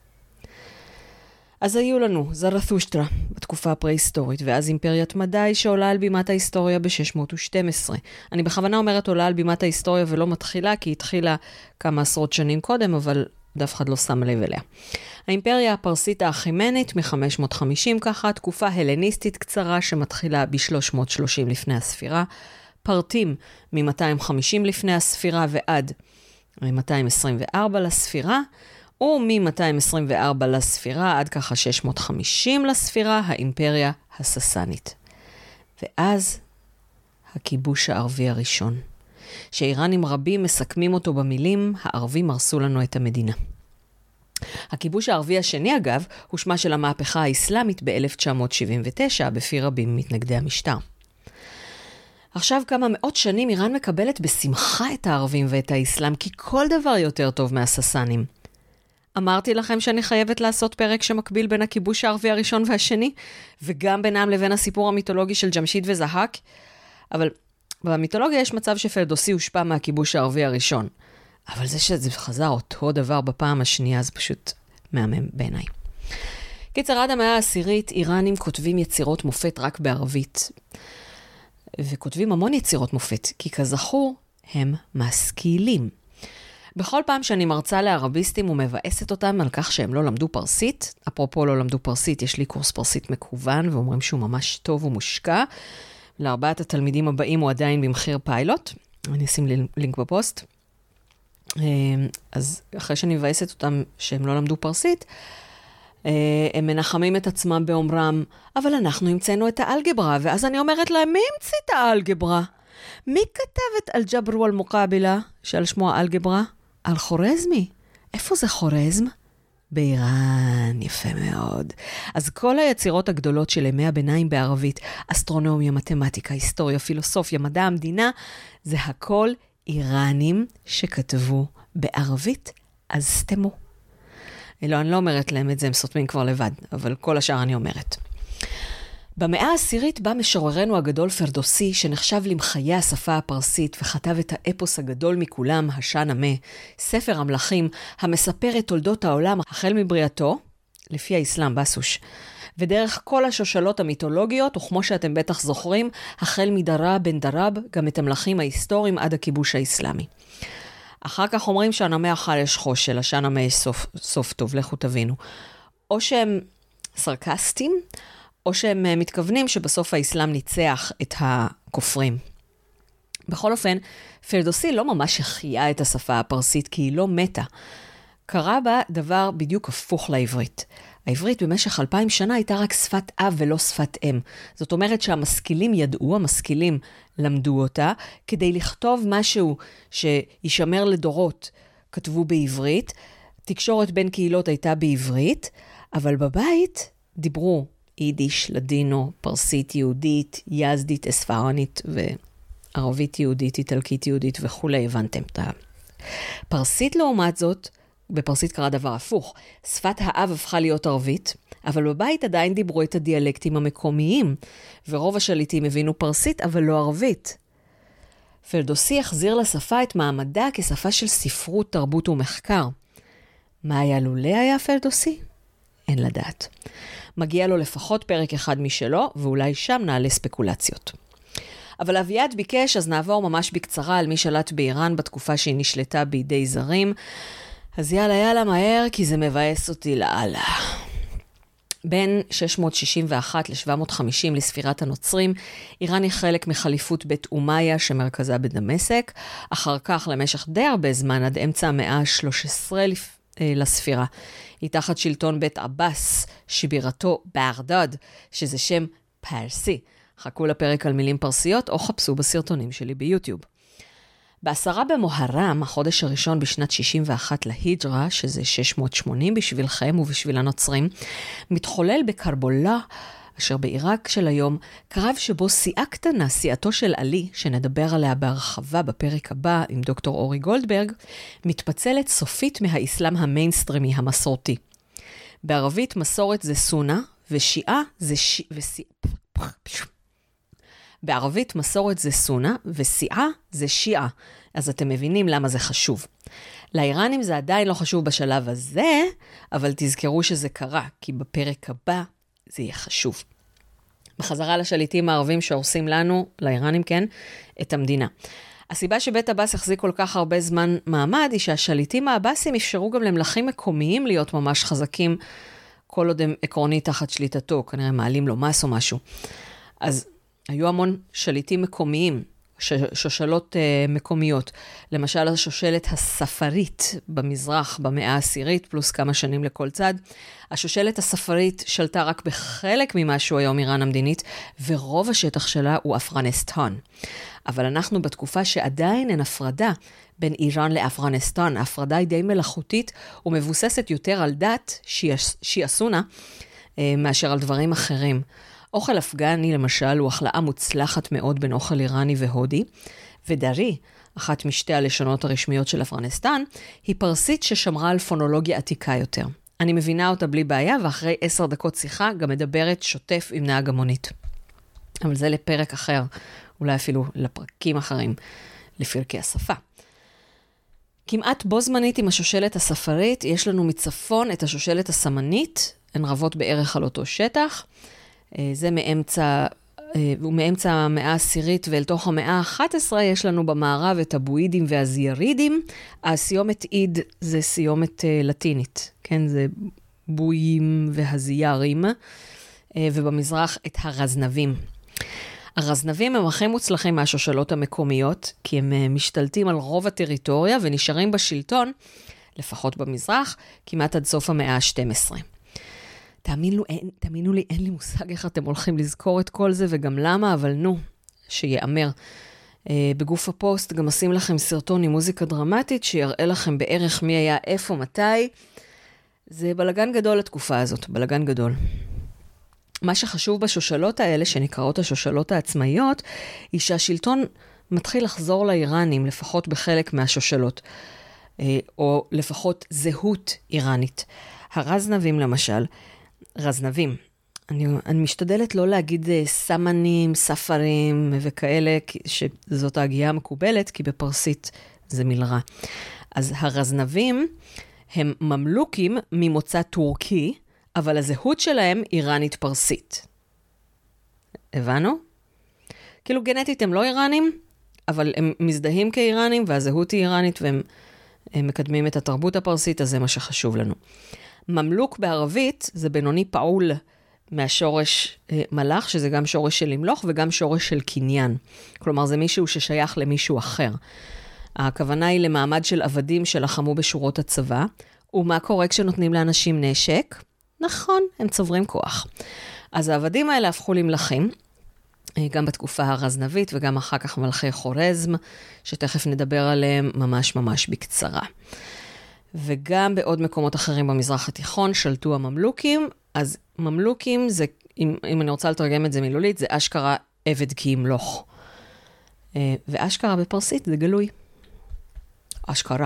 אז היו לנו זרתושטרה בתקופה הפרה-היסטורית, ואז אימפריית מדי שעולה על בימת ההיסטוריה ב-שש מאות ושתים עשרה. אני בכוונה אומרת עולה על בימת ההיסטוריה ולא מתחילה, כי היא התחילה כמה עשרות שנים קודם, אבל דף אחד לא שם לב אליה. האימפריה הפרסית האחימנית מ-חמש מאות וחמישים ככה, תקופה הלניסטית קצרה שמתחילה ב-שלוש מאות ושלושים לפני הספירה, פרטים מ-מאתיים וחמישים לפני הספירה ועד מאתיים עשרים וארבע לספירה, ומ-מאתיים עשרים וארבע לספירה עד ככה שש מאות וחמישים לספירה, האימפריה הססנית. ואז הכיבוש הערבי הראשון, שאיראנים רבים מסכמים אותו במילים, הערבים הרסו לנו את המדינה. הכיבוש הערבי השני, אגב, הוא שמה של המהפכה האסלאמית ב-אלף תשע מאות שבעים ותשע, בפי רבים מתנגדי המשטר. עכשיו כמה מאות שנים איראן מקבלת בשמחה את הערבים ואת האסלאם, כי כל דבר יותר טוב מהססנים. אמרתי לכם שאני חייבת לעשות פרק שמקביל בין הכיבוש הערבי הראשון והשני, וגם בינם לבין הסיפור המיתולוגי של ג'משית וזהק, אבל במיתולוגיה יש מצב שפרדוסי הושפע מהכיבוש הערבי הראשון. אבל זה שזה חזר אותו דבר בפעם השנייה, זה פשוט מהמם בעיניי. קיצר, עד המאה העשירית, איראנים כותבים יצירות מופת רק בערבית. וכותבים המון יצירות מופת, כי כזכור, הם משכילים. בכל פעם שאני מרצה לערביסטים ומבאסת אותם על כך שהם לא למדו פרסית, אפרופו לא למדו פרסית, יש לי קורס פרסית מקוון, ואומרים שהוא ממש טוב ומושקע. לארבעת התלמידים הבאים הוא עדיין במחיר פיילוט. אני אשים לינק בפוסט. אז אחרי שאני מבאסת אותם שהם לא למדו פרסית, הם מנחמים את עצמם באומרם, אבל אנחנו המצאנו את האלגברה, ואז אני אומרת להם, מי המציא את האלגברה? מי כתב את אל-ג'בר ואל-מוקאבלה, שעל שמו האלגברה? אל-חורזמי. איפה זה חורזם? באיראן, יפה מאוד. אז כל היצירות הגדולות של ימי הביניים בערבית, אסטרונומיה, מתמטיקה, היסטוריה, פילוסופיה, מדע המדינה, זה הכל איראנים שכתבו בערבית, אז סתמו. לא, אני לא אומרת להם את זה, הם סותמים כבר לבד, אבל כל השאר אני אומרת. במאה העשירית בא משוררנו הגדול פרדוסי, שנחשב למחיי השפה הפרסית, וכתב את האפוס הגדול מכולם, השאנמה, ספר המלכים, המספר את תולדות העולם, החל מבריאתו, לפי האסלאם בסוש, ודרך כל השושלות המיתולוגיות, וכמו שאתם בטח זוכרים, החל מדרב בן דרב, גם את המלכים ההיסטוריים עד הכיבוש האסלאמי. אחר כך אומרים שהנמה אכל יש חושל, השאנמה יש סוף, סוף טוב, לכו תבינו. או שהם סרקסטים, או שהם מתכוונים שבסוף האסלאם ניצח את הכופרים. בכל אופן, פרדוסי לא ממש החיה את השפה הפרסית, כי היא לא מתה. קרה בה דבר בדיוק הפוך לעברית. העברית במשך אלפיים שנה הייתה רק שפת אב ולא שפת אם. זאת אומרת שהמשכילים ידעו, המשכילים למדו אותה, כדי לכתוב משהו שישמר לדורות, כתבו בעברית. תקשורת בין קהילות הייתה בעברית, אבל בבית דיברו יידיש, לדינו, פרסית יהודית, יזדית, אספרנית וערבית יהודית, איטלקית יהודית וכו'. הבנתם את הפרסית לעומת זאת, בפרסית קרה דבר הפוך. שפת האב הפכה להיות ערבית, אבל בבית עדיין דיברו את הדיאלקטים המקומיים, ורוב השליטים הבינו פרסית, אבל לא ערבית. פרדוסי החזיר לשפה את מעמדה כשפה של ספרות, תרבות ומחקר. מה היה לולא היה פרדוסי? אין לדעת. מגיע לו לפחות פרק אחד משלו, ואולי שם נעלה ספקולציות. אבל אביעד ביקש, אז נעבור ממש בקצרה על מי שלט באיראן בתקופה שהיא נשלטה בידי זרים. אז יאללה, יאללה, מהר, כי זה מבאס אותי לאללה. בין שש מאות שישים ואחת ל-שבע מאות וחמישים לספירת הנוצרים, איראן היא חלק מחליפות בית אומיה שמרכזה בדמשק, אחר כך למשך די הרבה זמן, עד אמצע המאה ה-שלוש עשרה לספירה. היא תחת שלטון בית עבאס, שבירתו בארדד, שזה שם פרסי. חכו לפרק על מילים פרסיות, או חפשו בסרטונים שלי ביוטיוב. בעשרה במוהרם, החודש הראשון בשנת שישים ואחת להיג'רה, שזה שש מאות ושמונים בשבילכם ובשביל הנוצרים, מתחולל בקרבולה, אשר בעיראק של היום, קרב שבו סיעה קטנה, סיעתו של עלי, שנדבר עליה בהרחבה בפרק הבא עם דוקטור אורי גולדברג, מתפצלת סופית מהאסלאם המיינסטרימי המסורתי. בערבית מסורת זה סונה, ושיעה זה ש... ושיעה... בערבית מסורת זה סונה, ושיעה זה שיעה. אז אתם מבינים למה זה חשוב. לאיראנים זה עדיין לא חשוב בשלב הזה, אבל תזכרו שזה קרה, כי בפרק הבא זה יהיה חשוב. בחזרה לשליטים הערבים שהורסים לנו, לאיראנים כן, את המדינה. הסיבה שבית עבאס החזיק כל כך הרבה זמן מעמד, היא שהשליטים העבאסים אפשרו גם למלכים מקומיים להיות ממש חזקים, כל עוד הם עקרוני תחת שליטתו, כנראה מעלים לו מס או משהו. אז היו המון שליטים מקומיים, שושלות uh, מקומיות. למשל, השושלת הספרית במזרח במאה העשירית, פלוס כמה שנים לכל צד. השושלת הספרית שלטה רק בחלק ממשהו היום איראן המדינית, ורוב השטח שלה הוא אפגניסטן. אבל אנחנו בתקופה שעדיין אין הפרדה בין איראן לאפגניסטן. ההפרדה היא די מלאכותית ומבוססת יותר על דת שיעה סונה, מאשר על דברים אחרים. אוכל אפגני, למשל, הוא החלאה מוצלחת מאוד בין אוכל איראני והודי, ודרי, אחת משתי הלשונות הרשמיות של אפגניסטן, היא פרסית ששמרה על פונולוגיה עתיקה יותר. אני מבינה אותה בלי בעיה, ואחרי עשר דקות שיחה גם מדברת שוטף עם נהג המונית. אבל זה לפרק אחר, אולי אפילו לפרקים אחרים, לפרקי השפה. כמעט בו זמנית עם השושלת הספרית, יש לנו מצפון את השושלת הסמנית, הן רבות בערך על אותו שטח, זה מאמצע, ומאמצע המאה העשירית ואל תוך המאה ה-אחת עשרה יש לנו במערב את הבואידים והזיירידים. הסיומת איד זה סיומת לטינית, כן? זה בויים והזיירים, ובמזרח את הרזנבים. הרזנבים הם הכי מוצלחים מהשושלות המקומיות, כי הם משתלטים על רוב הטריטוריה ונשארים בשלטון, לפחות במזרח, כמעט עד סוף המאה ה-שתים עשרה. תאמינו, אין, תאמינו לי, אין לי מושג איך אתם הולכים לזכור את כל זה, וגם למה, אבל נו, שיאמר. אה, בגוף הפוסט גם אשים לכם סרטון עם מוזיקה דרמטית, שיראה לכם בערך מי היה איפה, מתי. זה בלגן גדול לתקופה הזאת, בלגן גדול. מה שחשוב בשושלות האלה, שנקראות השושלות העצמאיות, היא שהשלטון מתחיל לחזור לאיראנים, לפחות בחלק מהשושלות, אה, או לפחות זהות איראנית. הרזנבים למשל, רזנבים, אני, אני משתדלת לא להגיד סמנים, ספרים וכאלה, שזאת ההגיעה המקובלת, כי בפרסית זה מלרע. אז הרזנבים הם ממלוקים ממוצא טורקי, אבל הזהות שלהם איראנית פרסית. הבנו? כאילו גנטית הם לא איראנים, אבל הם מזדהים כאיראנים, והזהות היא איראנית, והם מקדמים את התרבות הפרסית, אז זה מה שחשוב לנו. ממלוק בערבית זה בינוני פעול מהשורש אה, מלאך, שזה גם שורש של למלוך וגם שורש של קניין. כלומר, זה מישהו ששייך למישהו אחר. הכוונה היא למעמד של עבדים שלחמו בשורות הצבא, ומה קורה כשנותנים לאנשים נשק? נכון, הם צוברים כוח. אז העבדים האלה הפכו למלכים, אה, גם בתקופה הרזנבית וגם אחר כך מלכי חורזם, שתכף נדבר עליהם ממש ממש בקצרה. וגם בעוד מקומות אחרים במזרח התיכון שלטו הממלוקים. אז ממלוקים זה, אם, אם אני רוצה לתרגם את זה מילולית, זה אשכרה עבד כי ימלוך. ואשכרה בפרסית זה גלוי. אשכרה.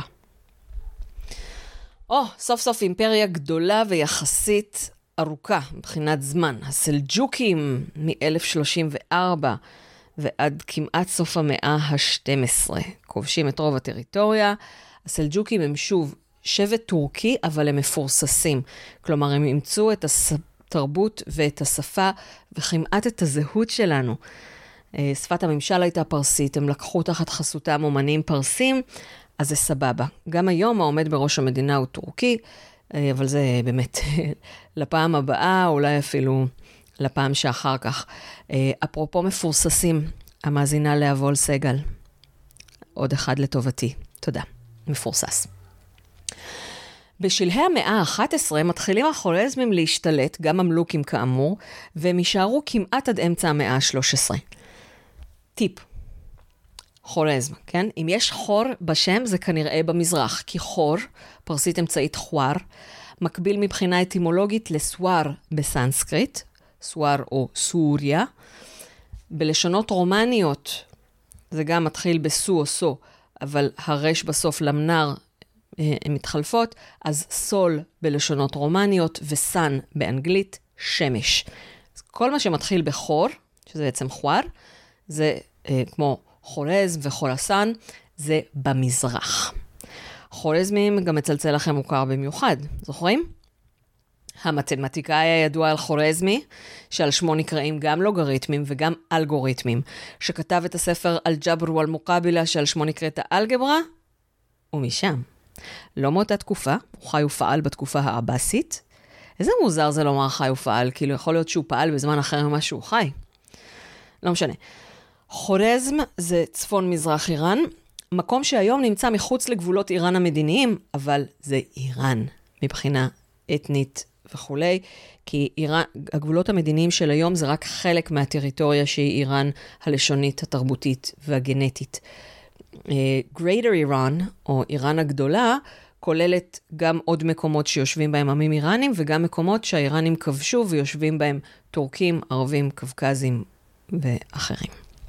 או, סוף סוף אימפריה גדולה ויחסית ארוכה מבחינת זמן. הסלג'וקים מ-אלף שלושים וארבע ועד כמעט סוף המאה ה-שתים עשרה. כובשים את רוב הטריטוריה. הסלג'וקים הם שוב שבט טורקי, אבל הם מפורססים. כלומר, הם אימצו את התרבות ואת השפה, וכמעט את הזהות שלנו. שפת הממשל הייתה פרסית, הם לקחו תחת חסותם אומנים פרסים, אז זה סבבה. גם היום העומד בראש המדינה הוא טורקי, אבל זה באמת לפעם הבאה, אולי אפילו לפעם שאחר כך. אפרופו מפורססים, המאזינה לאבול סגל. עוד אחד לטובתי. תודה. מפורסס. בשלהי המאה ה-אחת עשרה מתחילים החורזמים להשתלט, גם ממלוקים כאמור, והם יישארו כמעט עד אמצע המאה ה-שלוש עשרה. טיפ. חורזם, כן? אם יש חור בשם זה כנראה במזרח, כי חור, פרסית אמצעית חואר, מקביל מבחינה אטימולוגית לסואר בסנסקריט, סואר או סוריה. בלשונות רומניות, זה גם מתחיל בסו או סו, אבל הרש בסוף למנר הן מתחלפות, אז סול בלשונות רומניות וסן באנגלית, שמש. אז כל מה שמתחיל בחור, שזה בעצם חואר, זה אה, כמו חורז וחורסן, זה במזרח. חורזמים גם מצלצל לכם מוכר במיוחד, זוכרים? המתמטיקאי הידוע על חורזמי, שעל שמו נקראים גם לוגריתמים וגם אלגוריתמים, שכתב את הספר אל-ג'בר ואל-מוקבילה שעל שמו נקראת האלגברה, ומשם. לא מאותה תקופה, הוא חי ופעל בתקופה העבאסית. איזה מוזר זה לומר חי ופעל, כאילו יכול להיות שהוא פעל בזמן אחר ממה שהוא חי. לא משנה. חורזם זה צפון מזרח איראן, מקום שהיום נמצא מחוץ לגבולות איראן המדיניים, אבל זה איראן מבחינה אתנית וכולי, כי איראן, הגבולות המדיניים של היום זה רק חלק מהטריטוריה שהיא איראן הלשונית, התרבותית והגנטית. Greater Iran, או איראן הגדולה, כוללת גם עוד מקומות שיושבים בהם עמים איראנים, וגם מקומות שהאיראנים כבשו ויושבים בהם טורקים, ערבים, קווקזים ואחרים.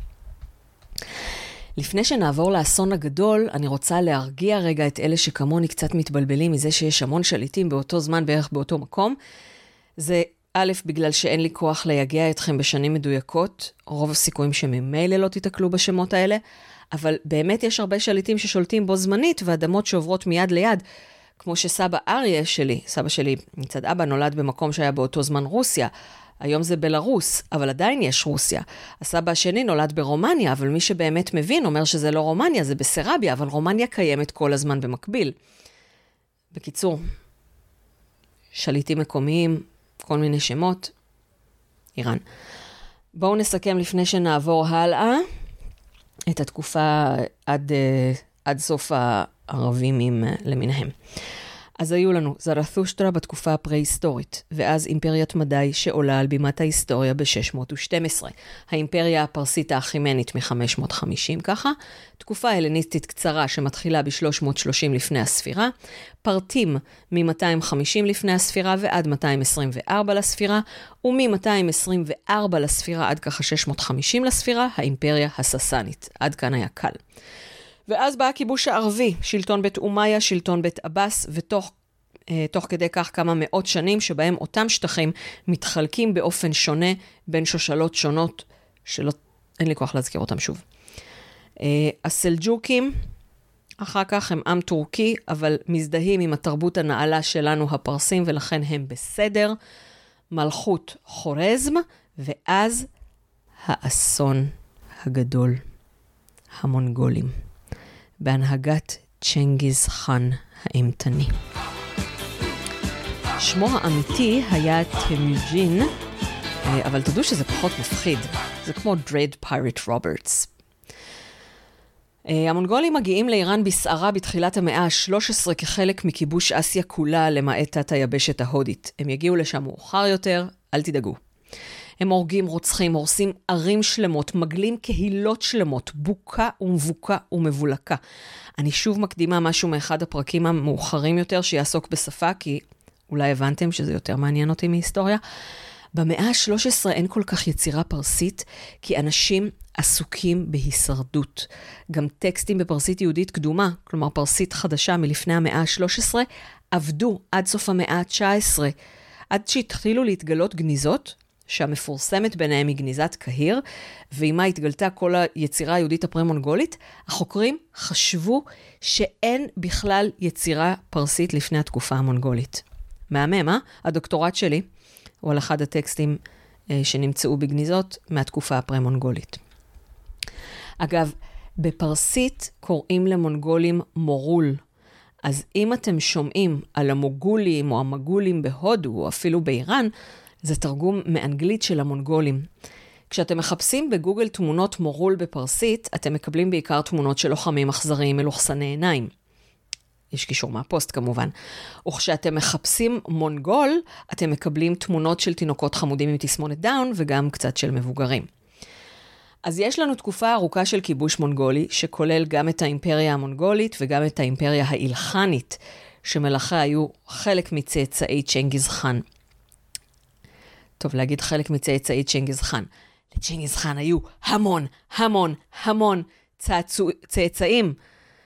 לפני שנעבור לאסון הגדול, אני רוצה להרגיע רגע את אלה שכמוני קצת מתבלבלים מזה שיש המון שליטים באותו זמן בערך באותו מקום. זה א', בגלל שאין לי כוח להגיע אתכם בשנים מדויקות, רוב הסיכויים שממילא לא תתקלו בשמות האלה, אבל באמת יש הרבה שליטים ששולטים בו זמנית, ואדמות שעוברות מיד ליד, כמו שסבא אריה שלי, סבא שלי מצד אבא נולד במקום שהיה באותו זמן רוסיה, היום זה בלרוס, אבל עדיין יש רוסיה. הסבא השני נולד ברומניה, אבל מי שבאמת מבין אומר שזה לא רומניה, זה בסרביה, אבל רומניה קיימת כל הזמן במקביל. בקיצור, שליטים מקומיים, כל מיני שמות, איראן. בואו נסכם לפני שנעבור הלאה, את התקופה עד, עד סוף הערבים למיניהם. אז היו לנו זרתושטרה בתקופה הפרה-היסטורית, ואז אימפריית מדי שעולה על בימת ההיסטוריה ב-שש מאות ושתים עשרה. האימפריה הפרסית האחימנית מ-חמש מאות וחמישים ככה, תקופה הלניסטית קצרה שמתחילה ב-שלוש מאות ושלושים לפני הספירה, פרטים מ-מאתיים וחמישים לפני הספירה ועד מאתיים עשרים וארבע לספירה, ומ-מאתיים עשרים וארבע לספירה עד ככה שש מאות וחמישים לספירה, האימפריה הססנית. עד כאן היה קל. ואז בא הכיבוש הערבי, שלטון בית אומיה, שלטון בית אבס, ותוך אה, תוך כדי כך כמה מאות שנים שבהם אותם שטחים מתחלקים באופן שונה בין שושלות שונות, שלא, אין לי כוח להזכיר אותם שוב. אה, הסלג'וקים, אחר כך הם עם טורקי, אבל מזדהים עם התרבות הנעלה שלנו הפרסים, ולכן הם בסדר. מלכות חורזם, ואז האסון הגדול, המונגולים. בהנהגת צ'נגיז חאן האימתני. שמו האמיתי היה תמיג'ין, אבל תדעו שזה פחות מפחיד. זה כמו דרד פיירט רוברטס. המונגולים מגיעים לאיראן בסערה בתחילת המאה ה-שלוש עשרה כחלק מכיבוש אסיה כולה למעט תת היבשת ההודית. הם יגיעו לשם מאוחר יותר, אל תדאגו. הם הורגים, רוצחים, הורסים ערים שלמות, מגלים קהילות שלמות, בוקה ומבוקה ומבולקה. אני שוב מקדימה משהו מאחד הפרקים המאוחרים יותר שיעסוק בשפה, כי אולי הבנתם שזה יותר מעניין אותי מהיסטוריה. במאה ה-שלוש עשרה אין כל כך יצירה פרסית, כי אנשים עסוקים בהישרדות. גם טקסטים בפרסית יהודית קדומה, כלומר פרסית חדשה מלפני המאה ה-שלוש עשרה, עבדו עד סוף המאה ה-תשע עשרה, עד שהתחילו להתגלות גניזות, שהמפורסמת ביניהם היא גניזת קהיר, ועימה התגלתה כל היצירה היהודית הפרה-מונגולית, החוקרים חשבו שאין בכלל יצירה פרסית לפני התקופה המונגולית. מהמם, אה? הדוקטורט שלי הוא על אחד הטקסטים אה, שנמצאו בגניזות מהתקופה הפרה-מונגולית. אגב, בפרסית קוראים למונגולים מורול, אז אם אתם שומעים על המוגולים או המגולים בהודו או אפילו באיראן, זה תרגום מאנגלית של המונגולים. כשאתם מחפשים בגוגל תמונות מורול בפרסית, אתם מקבלים בעיקר תמונות של לוחמים אכזריים מלוכסני עיניים. יש קישור מהפוסט כמובן. וכשאתם מחפשים מונגול, אתם מקבלים תמונות של תינוקות חמודים עם תסמונת דאון, וגם קצת של מבוגרים. אז יש לנו תקופה ארוכה של כיבוש מונגולי, שכולל גם את האימפריה המונגולית, וגם את האימפריה האילחנית, שמלאכה היו חלק מצאצאי צ'נגיז חאן. טוב, להגיד חלק מצאצאי צ'נגיז חאן. לצ'נגיז חאן היו המון, המון, המון צאצו, צאצאים.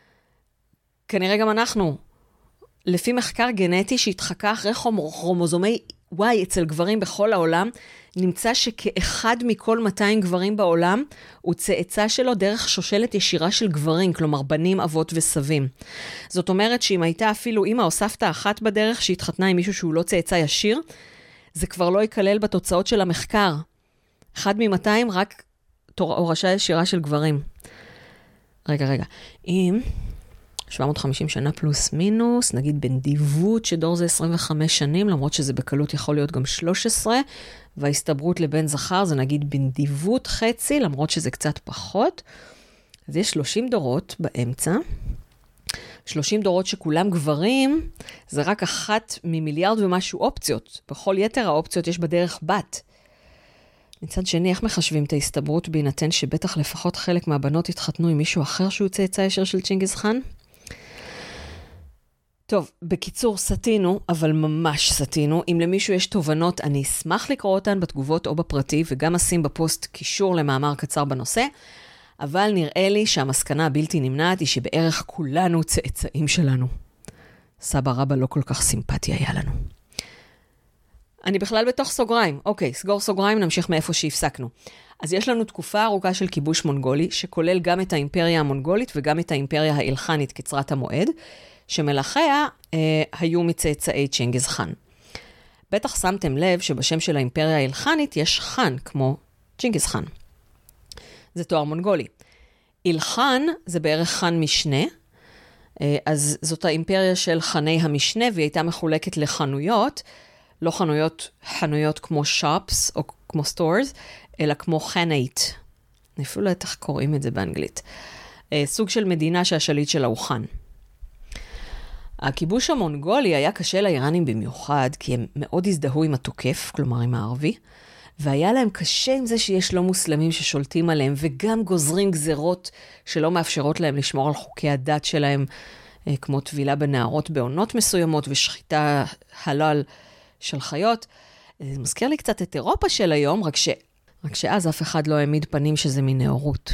כנראה גם אנחנו, לפי מחקר גנטי שהתחקה אחרי כרומוזומי Y אצל גברים בכל העולם, נמצא שכאחד מכל מאתיים גברים בעולם, הוא צאצא שלו דרך שושלת ישירה של גברים, כלומר בנים, אבות וסבים. זאת אומרת שאם הייתה אפילו אמא או סבתא אחת בדרך שהתחתנה עם מישהו שהוא לא צאצא ישיר, זה כבר לא ייכלל בתוצאות של המחקר. אחד מ-מאתיים רק הורשה ישירה של גברים. רגע, רגע. אם שבע מאות וחמישים שנה פלוס מינוס, נגיד בנדיבות שדור זה עשרים וחמש שנים, למרות שזה בקלות יכול להיות גם שלוש עשרה, וההסתברות לבן זכר זה נגיד בנדיבות חצי, למרות שזה קצת פחות. אז יש שלושים דורות באמצע, שלושים דורות שכולם גברים, זה רק אחת ממיליארד ומשהו אופציות. בכל יתר האופציות יש בדרך בת. מצד שני, איך מחשבים את ההסתברות בהינתן שבטח לפחות חלק מהבנות התחתנו עם מישהו אחר שהוא צאצא ישיר של צ'ינגיז חאן? טוב, בקיצור, סתינו, אבל ממש סתינו. אם למישהו יש תובנות, אני אשמח לקרוא אותן בתגובות או בפרטי, וגם אשים בפוסט קישור למאמר קצר בנושא. אבל נראה לי שהמסקנה הבלתי נמנעת היא שבערך כולנו צאצאים שלנו. סבא רבא לא כל כך סימפטי היה לנו. אני בכלל בתוך סוגריים. אוקיי, סגור סוגריים, נמשיך מאיפה שהפסקנו. אז יש לנו תקופה ארוכה של כיבוש מונגולי, שכולל גם את האימפריה המונגולית וגם את האימפריה האילחנית קצרת המועד, שמלכיה אה, היו מצאצאי צ'ינגיז חאן. בטח שמתם לב שבשם של האימפריה האילחנית יש חאן, כמו צ'ינגיז חאן. זה תואר מונגולי. אילחן זה בערך חאן משנה, אז זאת האימפריה של חני המשנה, והיא הייתה מחולקת לחנויות, לא חנויות, חנויות כמו shops או כמו stores, אלא כמו חנאית. אני אפילו לא יודעת איך קוראים את זה באנגלית. סוג של מדינה שהשליט שלה הוא חאן. הכיבוש המונגולי היה קשה לאיראנים במיוחד, כי הם מאוד הזדהו עם התוקף, כלומר עם הערבי, והיה להם קשה עם זה שיש לא מוסלמים ששולטים עליהם, וגם גוזרים גזרות שלא מאפשרות להם לשמור על חוקי הדת שלהם, כמו טבילה בנערות בעונות מסוימות, ושחיטה הלל של חיות. זה מזכיר לי קצת את אירופה של היום, רק, ש... רק שאז אף אחד לא העמיד פנים שזה מנאורות.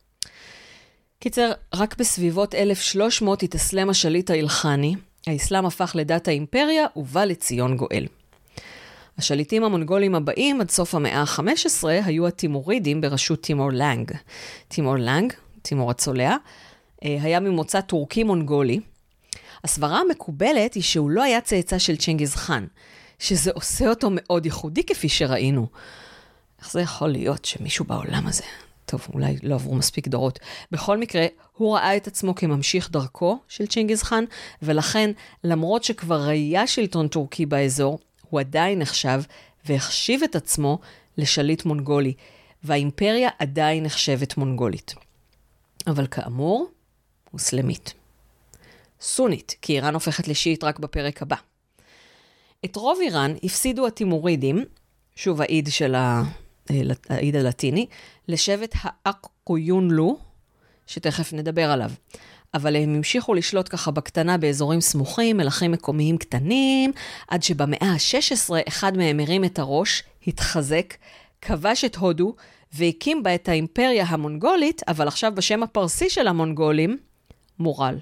קיצר, רק בסביבות אלף ושלוש מאות התאסלם השליט האילחני, האסלאם הפך לדת האימפריה, ובא לציון גואל. השליטים המונגולים הבאים עד סוף המאה ה-חמש עשרה היו הטימורידים בראשות טימור לנג. טימור לנג, טימור הצולע, היה ממוצא טורקי מונגולי. הסברה המקובלת היא שהוא לא היה צאצא של צ'ינגיז חאן, שזה עושה אותו מאוד ייחודי כפי שראינו. איך זה יכול להיות שמישהו בעולם הזה? טוב, אולי לא עברו מספיק דורות. בכל מקרה, הוא ראה את עצמו כממשיך דרכו של צ'ינגיז חאן, ולכן, למרות שכבר היה שלטון טורקי באזור, הוא עדיין נחשב והחשיב את עצמו לשליט מונגולי, והאימפריה עדיין נחשבת מונגולית. אבל כאמור, מוסלמית. סונית, כי איראן הופכת לשיעית רק בפרק הבא. את רוב איראן הפסידו הטימורידים, שוב העיד של העיד הלטיני, לשבט האקויונלו, שתכף נדבר עליו. אבל הם המשיכו לשלוט ככה בקטנה באזורים סמוכים, מלכים מקומיים קטנים, עד שבמאה ה-שש עשרה אחד מהם הרים את הראש, התחזק, כבש את הודו, והקים בה את האימפריה המונגולית, אבל עכשיו בשם הפרסי של המונגולים, מוגל.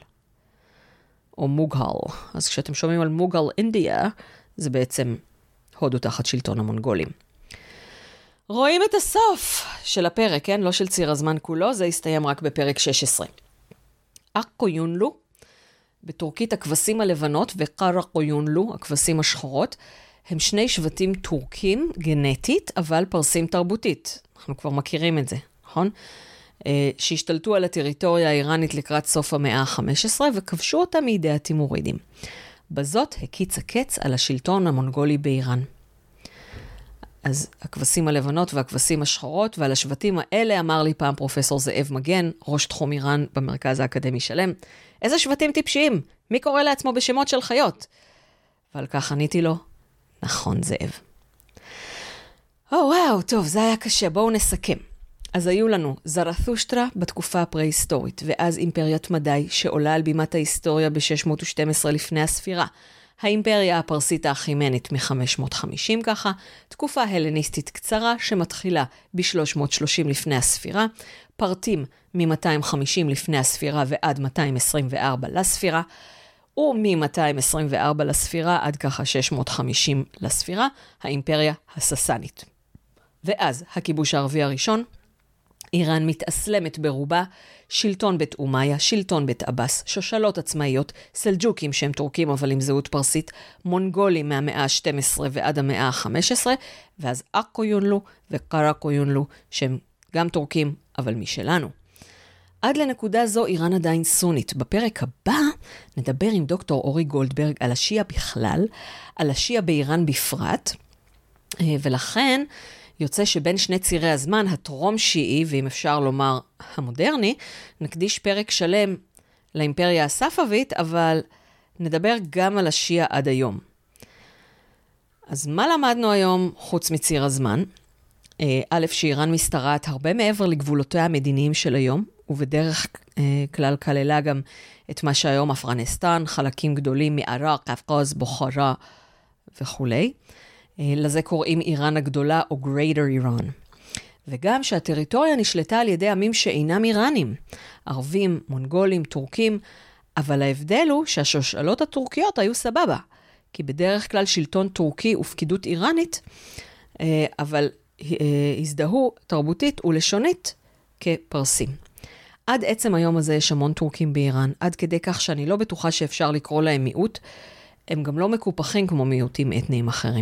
או מוגל. אז כשאתם שומעים על מוגל אינדיה, זה בעצם הודו תחת שלטון המונגולים. רואים את הסוף של הפרק, כן? לא של ציר הזמן כולו, זה הסתיים רק בפרק שש עשרה. אקויונלו, בטורקית הכבשים הלבנות, וקרקויונלו, הכבשים השחורות, הם שני שבטים טורקים גנטית, אבל פרסים תרבותית. אנחנו כבר מכירים את זה, נכון? שהשתלטו על הטריטוריה האיראנית לקראת סוף המאה ה-חמש עשרה, וכבשו אותה מידי הטימורידים. בזאת הקיץ הקץ על השלטון המונגולי באיראן. אז הכבשים הלבנות והכבשים השחורות, ועל השבטים האלה אמר לי פעם פרופסור זאב מגן, ראש תחום איראן במרכז האקדמי שלם, איזה שבטים טיפשיים? מי קורא לעצמו בשמות של חיות? ועל כך עניתי לו, נכון זאב. או וואו, טוב, זה היה קשה, בואו נסכם. אז היו לנו זרתושטרה בתקופה הפרה-היסטורית, ואז אימפריית מדי שעולה על בימת ההיסטוריה ב-שש מאות ושתים עשרה לפני הספירה. האימפריה הפרסית האחימנית מ-חמש מאות וחמישים ככה, תקופה הלניסטית קצרה שמתחילה ב-שלוש מאות ושלושים לפני הספירה, פרטים מ-מאתיים וחמישים לפני הספירה ועד מאתיים עשרים וארבע לספירה, ומ-מאתיים עשרים וארבע לספירה עד ככה שש מאות וחמישים לספירה, האימפריה הססנית. ואז הכיבוש הערבי הראשון, איראן מתאסלמת ברובה, שלטון בית אומיה, שלטון בית אבס, שושלות עצמאיות, סלג'וקים שהם טורקים אבל עם זהות פרסית, מונגולים מהמאה ה-שתים עשרה ועד המאה ה-חמש עשרה, ואז אקויונלו וקרקויונלו שהם גם טורקים אבל משלנו. עד לנקודה זו איראן עדיין סונית. בפרק הבא נדבר עם דוקטור אורי גולדברג על השיעה בכלל, על השיעה באיראן בפרט, ולכן יוצא שבין שני צירי הזמן, הטרום שיעי, ואם אפשר לומר המודרני, נקדיש פרק שלם לאימפריה הספאבית, אבל נדבר גם על השיעה עד היום. אז מה למדנו היום חוץ מציר הזמן? א', שאיראן מסתרעת הרבה מעבר לגבולותיה המדיניים של היום, ובדרך כלל כללה גם את מה שהיום אפגניסטן, חלקים גדולים מעיראק, קווקז, בוכרה וכו'. לזה קוראים איראן הגדולה או Greater Iran. וגם שהטריטוריה נשלטה על ידי עמים שאינם איראנים, ערבים, מונגולים, טורקים, אבל ההבדל הוא שהשושלות הטורקיות היו סבבה, כי בדרך כלל שלטון טורקי ופקידות איראנית, אבל הזדהו תרבותית ולשונית כפרסים. עד עצם היום הזה יש המון טורקים באיראן, עד כדי כך שאני לא בטוחה שאפשר לקרוא להם מיעוט, הם גם לא מקופחים כמו מיעוטים אתניים אחרים.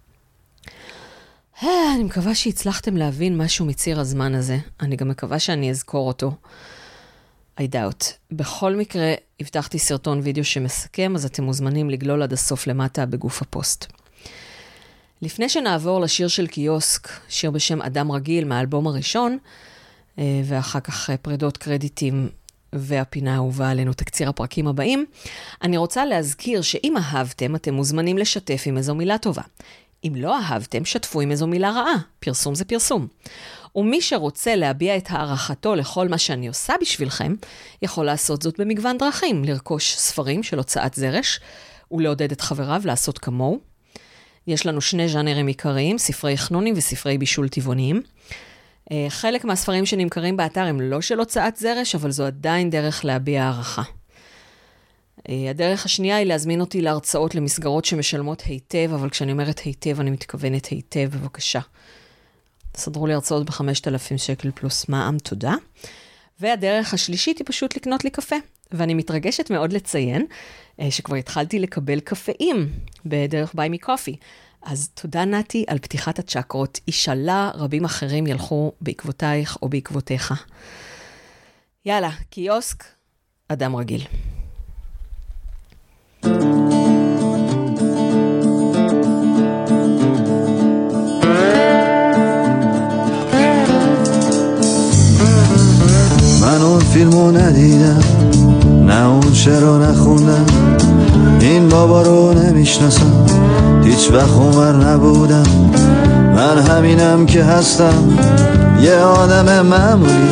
אני מקווה שהצלחתם להבין משהו מציר הזמן הזה, אני גם מקווה שאני אזכור אותו. I doubt. בכל מקרה, הבטחתי סרטון וידאו שמסכם, אז אתם מוזמנים לגלול עד הסוף למטה בגוף הפוסט. לפני שנעבור לשיר של קיוסק, שיר בשם אדם רגיל מהאלבום הראשון, ואחר כך פרידות קרדיטים והפינה האהובה עלינו תקציר הפרקים הבאים, אני רוצה להזכיר שאם אהבתם, אתם מוזמנים לשתף עם איזו מילה טובה. אם לא אהבתם, שתפו עם איזו מילה רעה. פרסום זה פרסום. ומי שרוצה להביע את הערכתו לכל מה שאני עושה בשבילכם, יכול לעשות זאת במגוון דרכים, לרכוש ספרים של הוצאת זרש, ולעודד את חבריו לעשות כמוהו. יש לנו שני ז'אנרים עיקריים, ספרי חנונים וספרי בישול טבעוניים. חלק מהספרים שנמכרים באתר הם לא של הוצאת זרש, אבל זו עדיין דרך להביע הערכה. הדרך השנייה היא להזמין אותי להרצאות למסגרות שמשלמות היטב, אבל כשאני אומרת היטב, אני מתכוונת היטב, בבקשה. תסדרו לי הרצאות ב-חמשת אלפים שקל פלוס מע"מ, תודה. והדרך השלישית היא פשוט לקנות לי קפה. ואני מתרגשת מאוד לציין שכבר התחלתי לקבל קפאים בדרך ביי מי קופי. אז תודה נתי על פתיחת הצ'קרות. אישלה רבים אחרים ילכו בעקבותייך או בעקבותיך. יאללה, קיוסק, אדם רגיל. من اون فیلمو ندیدم نه اون شعرو نخوندم این بابا رو نمیشناسم هیچ وقت عمر نبودم من همینم که هستم یه آدم معمولی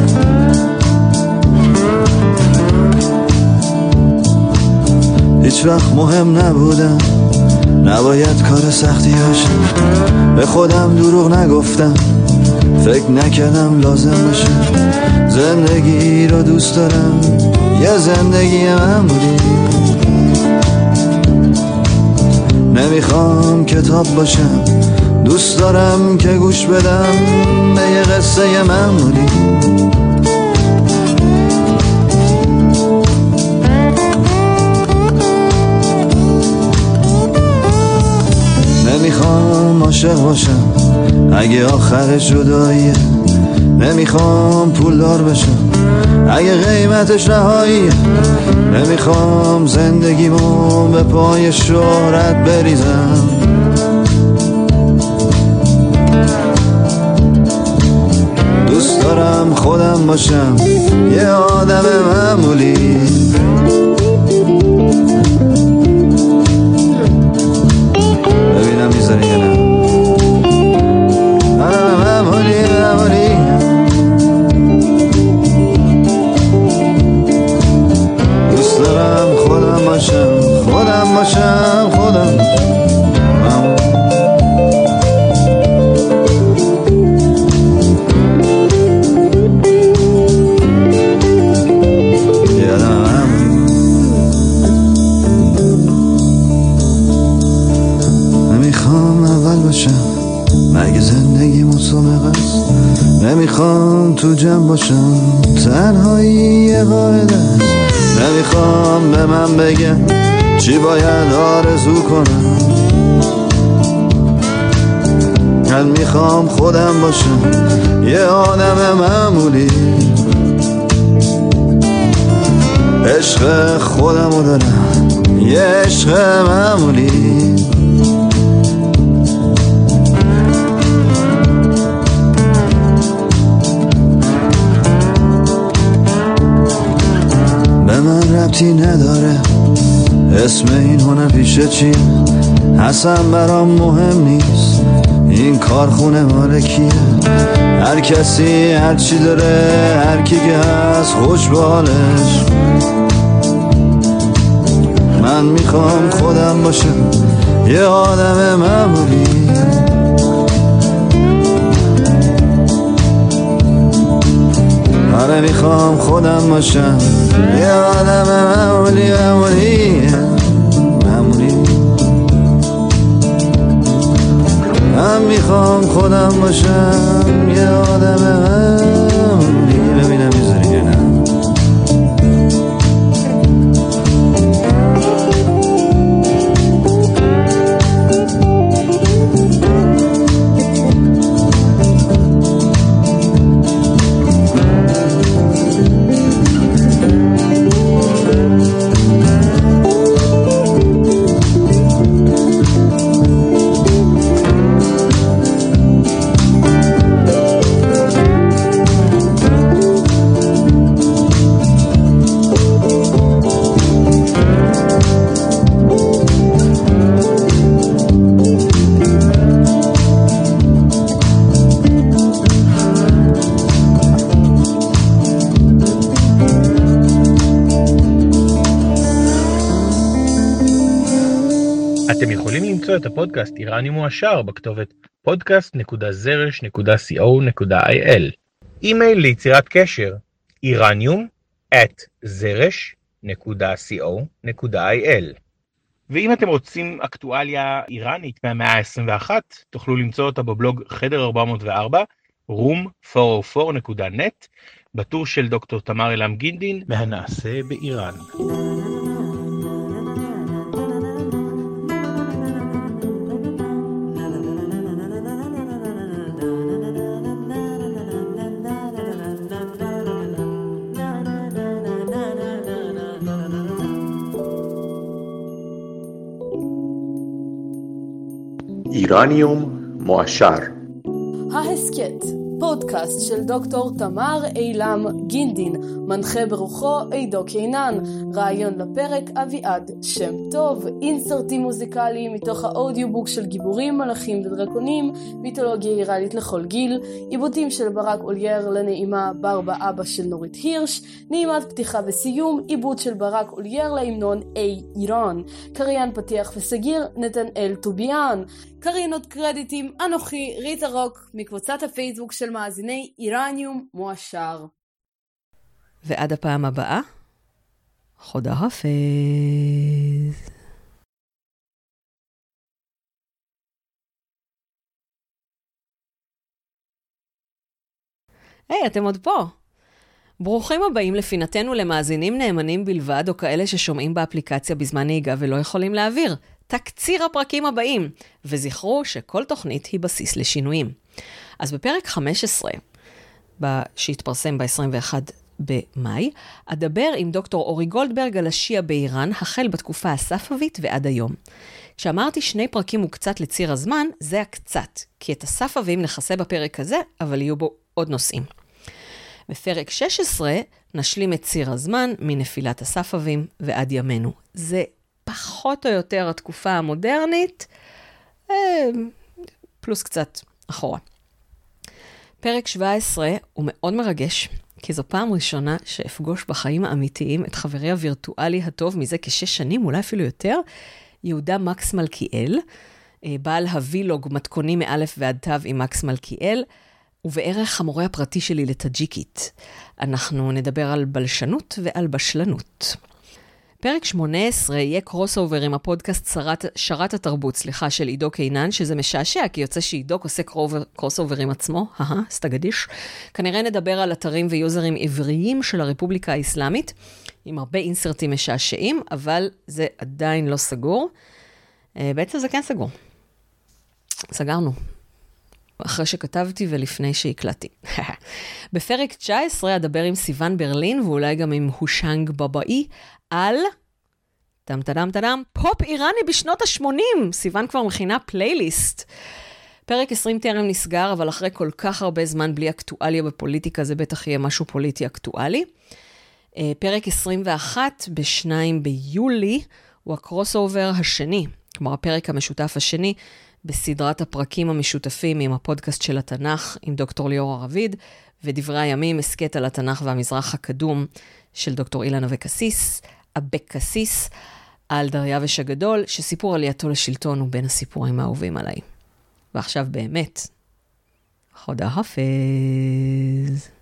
هیچ وقت مهم نبودم نباید کار سختی باشه به خودم دروغ نگفتم فکر نکردم لازم باشه زندگی رو دوست دارم یه زندگی معمولی نمیخوام کتاب باشم دوست دارم که گوش بدم به یه قصه معمولی نمیخوام عاشق باشم اگه آخر جداییه نمیخوام پولدار بشم اگه قیمتش رهاییه نمیخوام زندگیمو به پای شهرت بریزم دوست دارم خودم باشم یه آدم معمولی ببینم میذاری یا نه آدم معمولی معمولی دوست دارم خودم باشم خودم باشم خودم مگه زندگی مسابقه است نمیخوام تو جمع باشم تنهایی یه قاعده است نمیخوام به من بگن چی باید آرزو کنم من میخوام خودم باشم یه آدم معمولی عشق خودمو دارم یه عشق معمولی به من ربطی نداره اسم این هنر پیشه چیه اصلا برام مهم نیست این کارخونه مال کیه هر کسی هر چی داره هر کی که هست خوش به حالش من میخوام خودم باشم یه آدم معمولی آره میخوام خودم باشم یه آدم معمولی معمولی معمولی من میخوام خودم باشم یه آدم معمولی ببینم میذاری یا نه אתם יכולים למצוא את הפודקאסט איראני מועשר בכתובת פודקאסט נקודה זרש נקודה סי או נקודה איי אל. אימייל ליצירת קשר איראניום את זרש נקודה סי או נקודה איי אל. ואם אתם רוצים אקטואליה איראנית מהמאה ה-עשרים ואחת, תוכלו למצוא אותה בבלוג חדר ארבע מאות וארבע, רום ארבע מאות וארבע נקודה נט, בטור של דוקטור תמר אלעם גינדין, מהנעשה באיראן. איראניום מועשר. ההסכת, פודקאסט של דוקטור תמר אילם גינדין, מנחה ברוחו עידו קינן, רעיון לפרק אביעד שם טוב, אינסרטים מוזיקליים מתוך האודיובוק של גיבורים, מלאכים ודרקונים, מיתולוגיה איראנית לכל גיל, עיבודים של ברק אולייר לנעימה בר באבא של נורית הירש, נעימת פתיחה וסיום, עיבוד של ברק אולייר להמנון איי איראן, קריין פתיח וסגיר נתנאל טוביאן, קרינות קרדיטים אנוכי ריטה רוק מקבוצת הפייסבוק של מאזיני איראניום מועשר. ועד הפעם הבאה, חודה חפז. היי, אתם עוד פה. ברוכים הבאים לפינתנו למאזינים נאמנים בלבד, או כאלה ששומעים באפליקציה בזמן נהיגה ולא יכולים להעביר. תקציר הפרקים הבאים, וזכרו שכל תוכנית היא בסיס לשינויים. אז בפרק חמש עשרה, שהתפרסם ב-עשרים ואחד במאי, אדבר עם דוקטור אורי גולדברג על השיעה באיראן, החל בתקופה הספאבית ועד היום. כשאמרתי שני פרקים וקצת לציר הזמן, זה הקצת, כי את הספאבים נחסה בפרק הזה, אבל יהיו בו עוד נושאים. בפרק שש עשרה נשלים את ציר הזמן מנפילת הספאבים ועד ימינו. זה פחות או יותר התקופה המודרנית, פלוס קצת אחורה. פרק שבע עשרה הוא מאוד מרגש, כי זו פעם ראשונה שאפגוש בחיים האמיתיים את חברי הווירטואלי הטוב מזה כשש שנים, אולי אפילו יותר, יהודה מקס מלכיאל, בעל הווילוג מתכונים מאלף ועד תו עם מקס מלכיאל, ובערך המורה הפרטי שלי לטאג'יקית. אנחנו נדבר על בלשנות ועל בשלנות. פרק שמונה עשרה יהיה קרוס אובר עם הפודקאסט שרת, שרת התרבות, סליחה, של עידו קינן, שזה משעשע, כי יוצא שעידו עושה קרוס אובר עם עצמו, האה, סטגדיש. כנראה נדבר על אתרים ויוזרים עבריים של הרפובליקה האסלאמית, עם הרבה אינסרטים משעשעים, אבל זה עדיין לא סגור. בעצם זה כן סגור. סגרנו. אחרי שכתבתי ולפני שהקלטתי. בפרק תשע עשרה אדבר עם סיוון ברלין, ואולי גם עם הושנג בבאי, על טם טדם טדם, פופ איראני בשנות ה-שמונים. סיוון כבר מכינה פלייליסט. פרק עשרים טרם נסגר, אבל אחרי כל כך הרבה זמן בלי אקטואליה בפוליטיקה, זה בטח יהיה משהו פוליטי אקטואלי. פרק עשרים ואחת, בשניים ביולי, הוא הקרוס אובר השני, כלומר הפרק המשותף השני, בסדרת הפרקים המשותפים עם הפודקאסט של התנ"ך, עם דוקטור ליאור הרביד, ודברי הימים, הסקט על התנ"ך והמזרח הקדום של דוקטור אילן אבקסיס, אבקסיס, על דריווש הגדול, שסיפור עלייתו לשלטון הוא בין הסיפורים האהובים עליי. ועכשיו באמת, חודה חפז.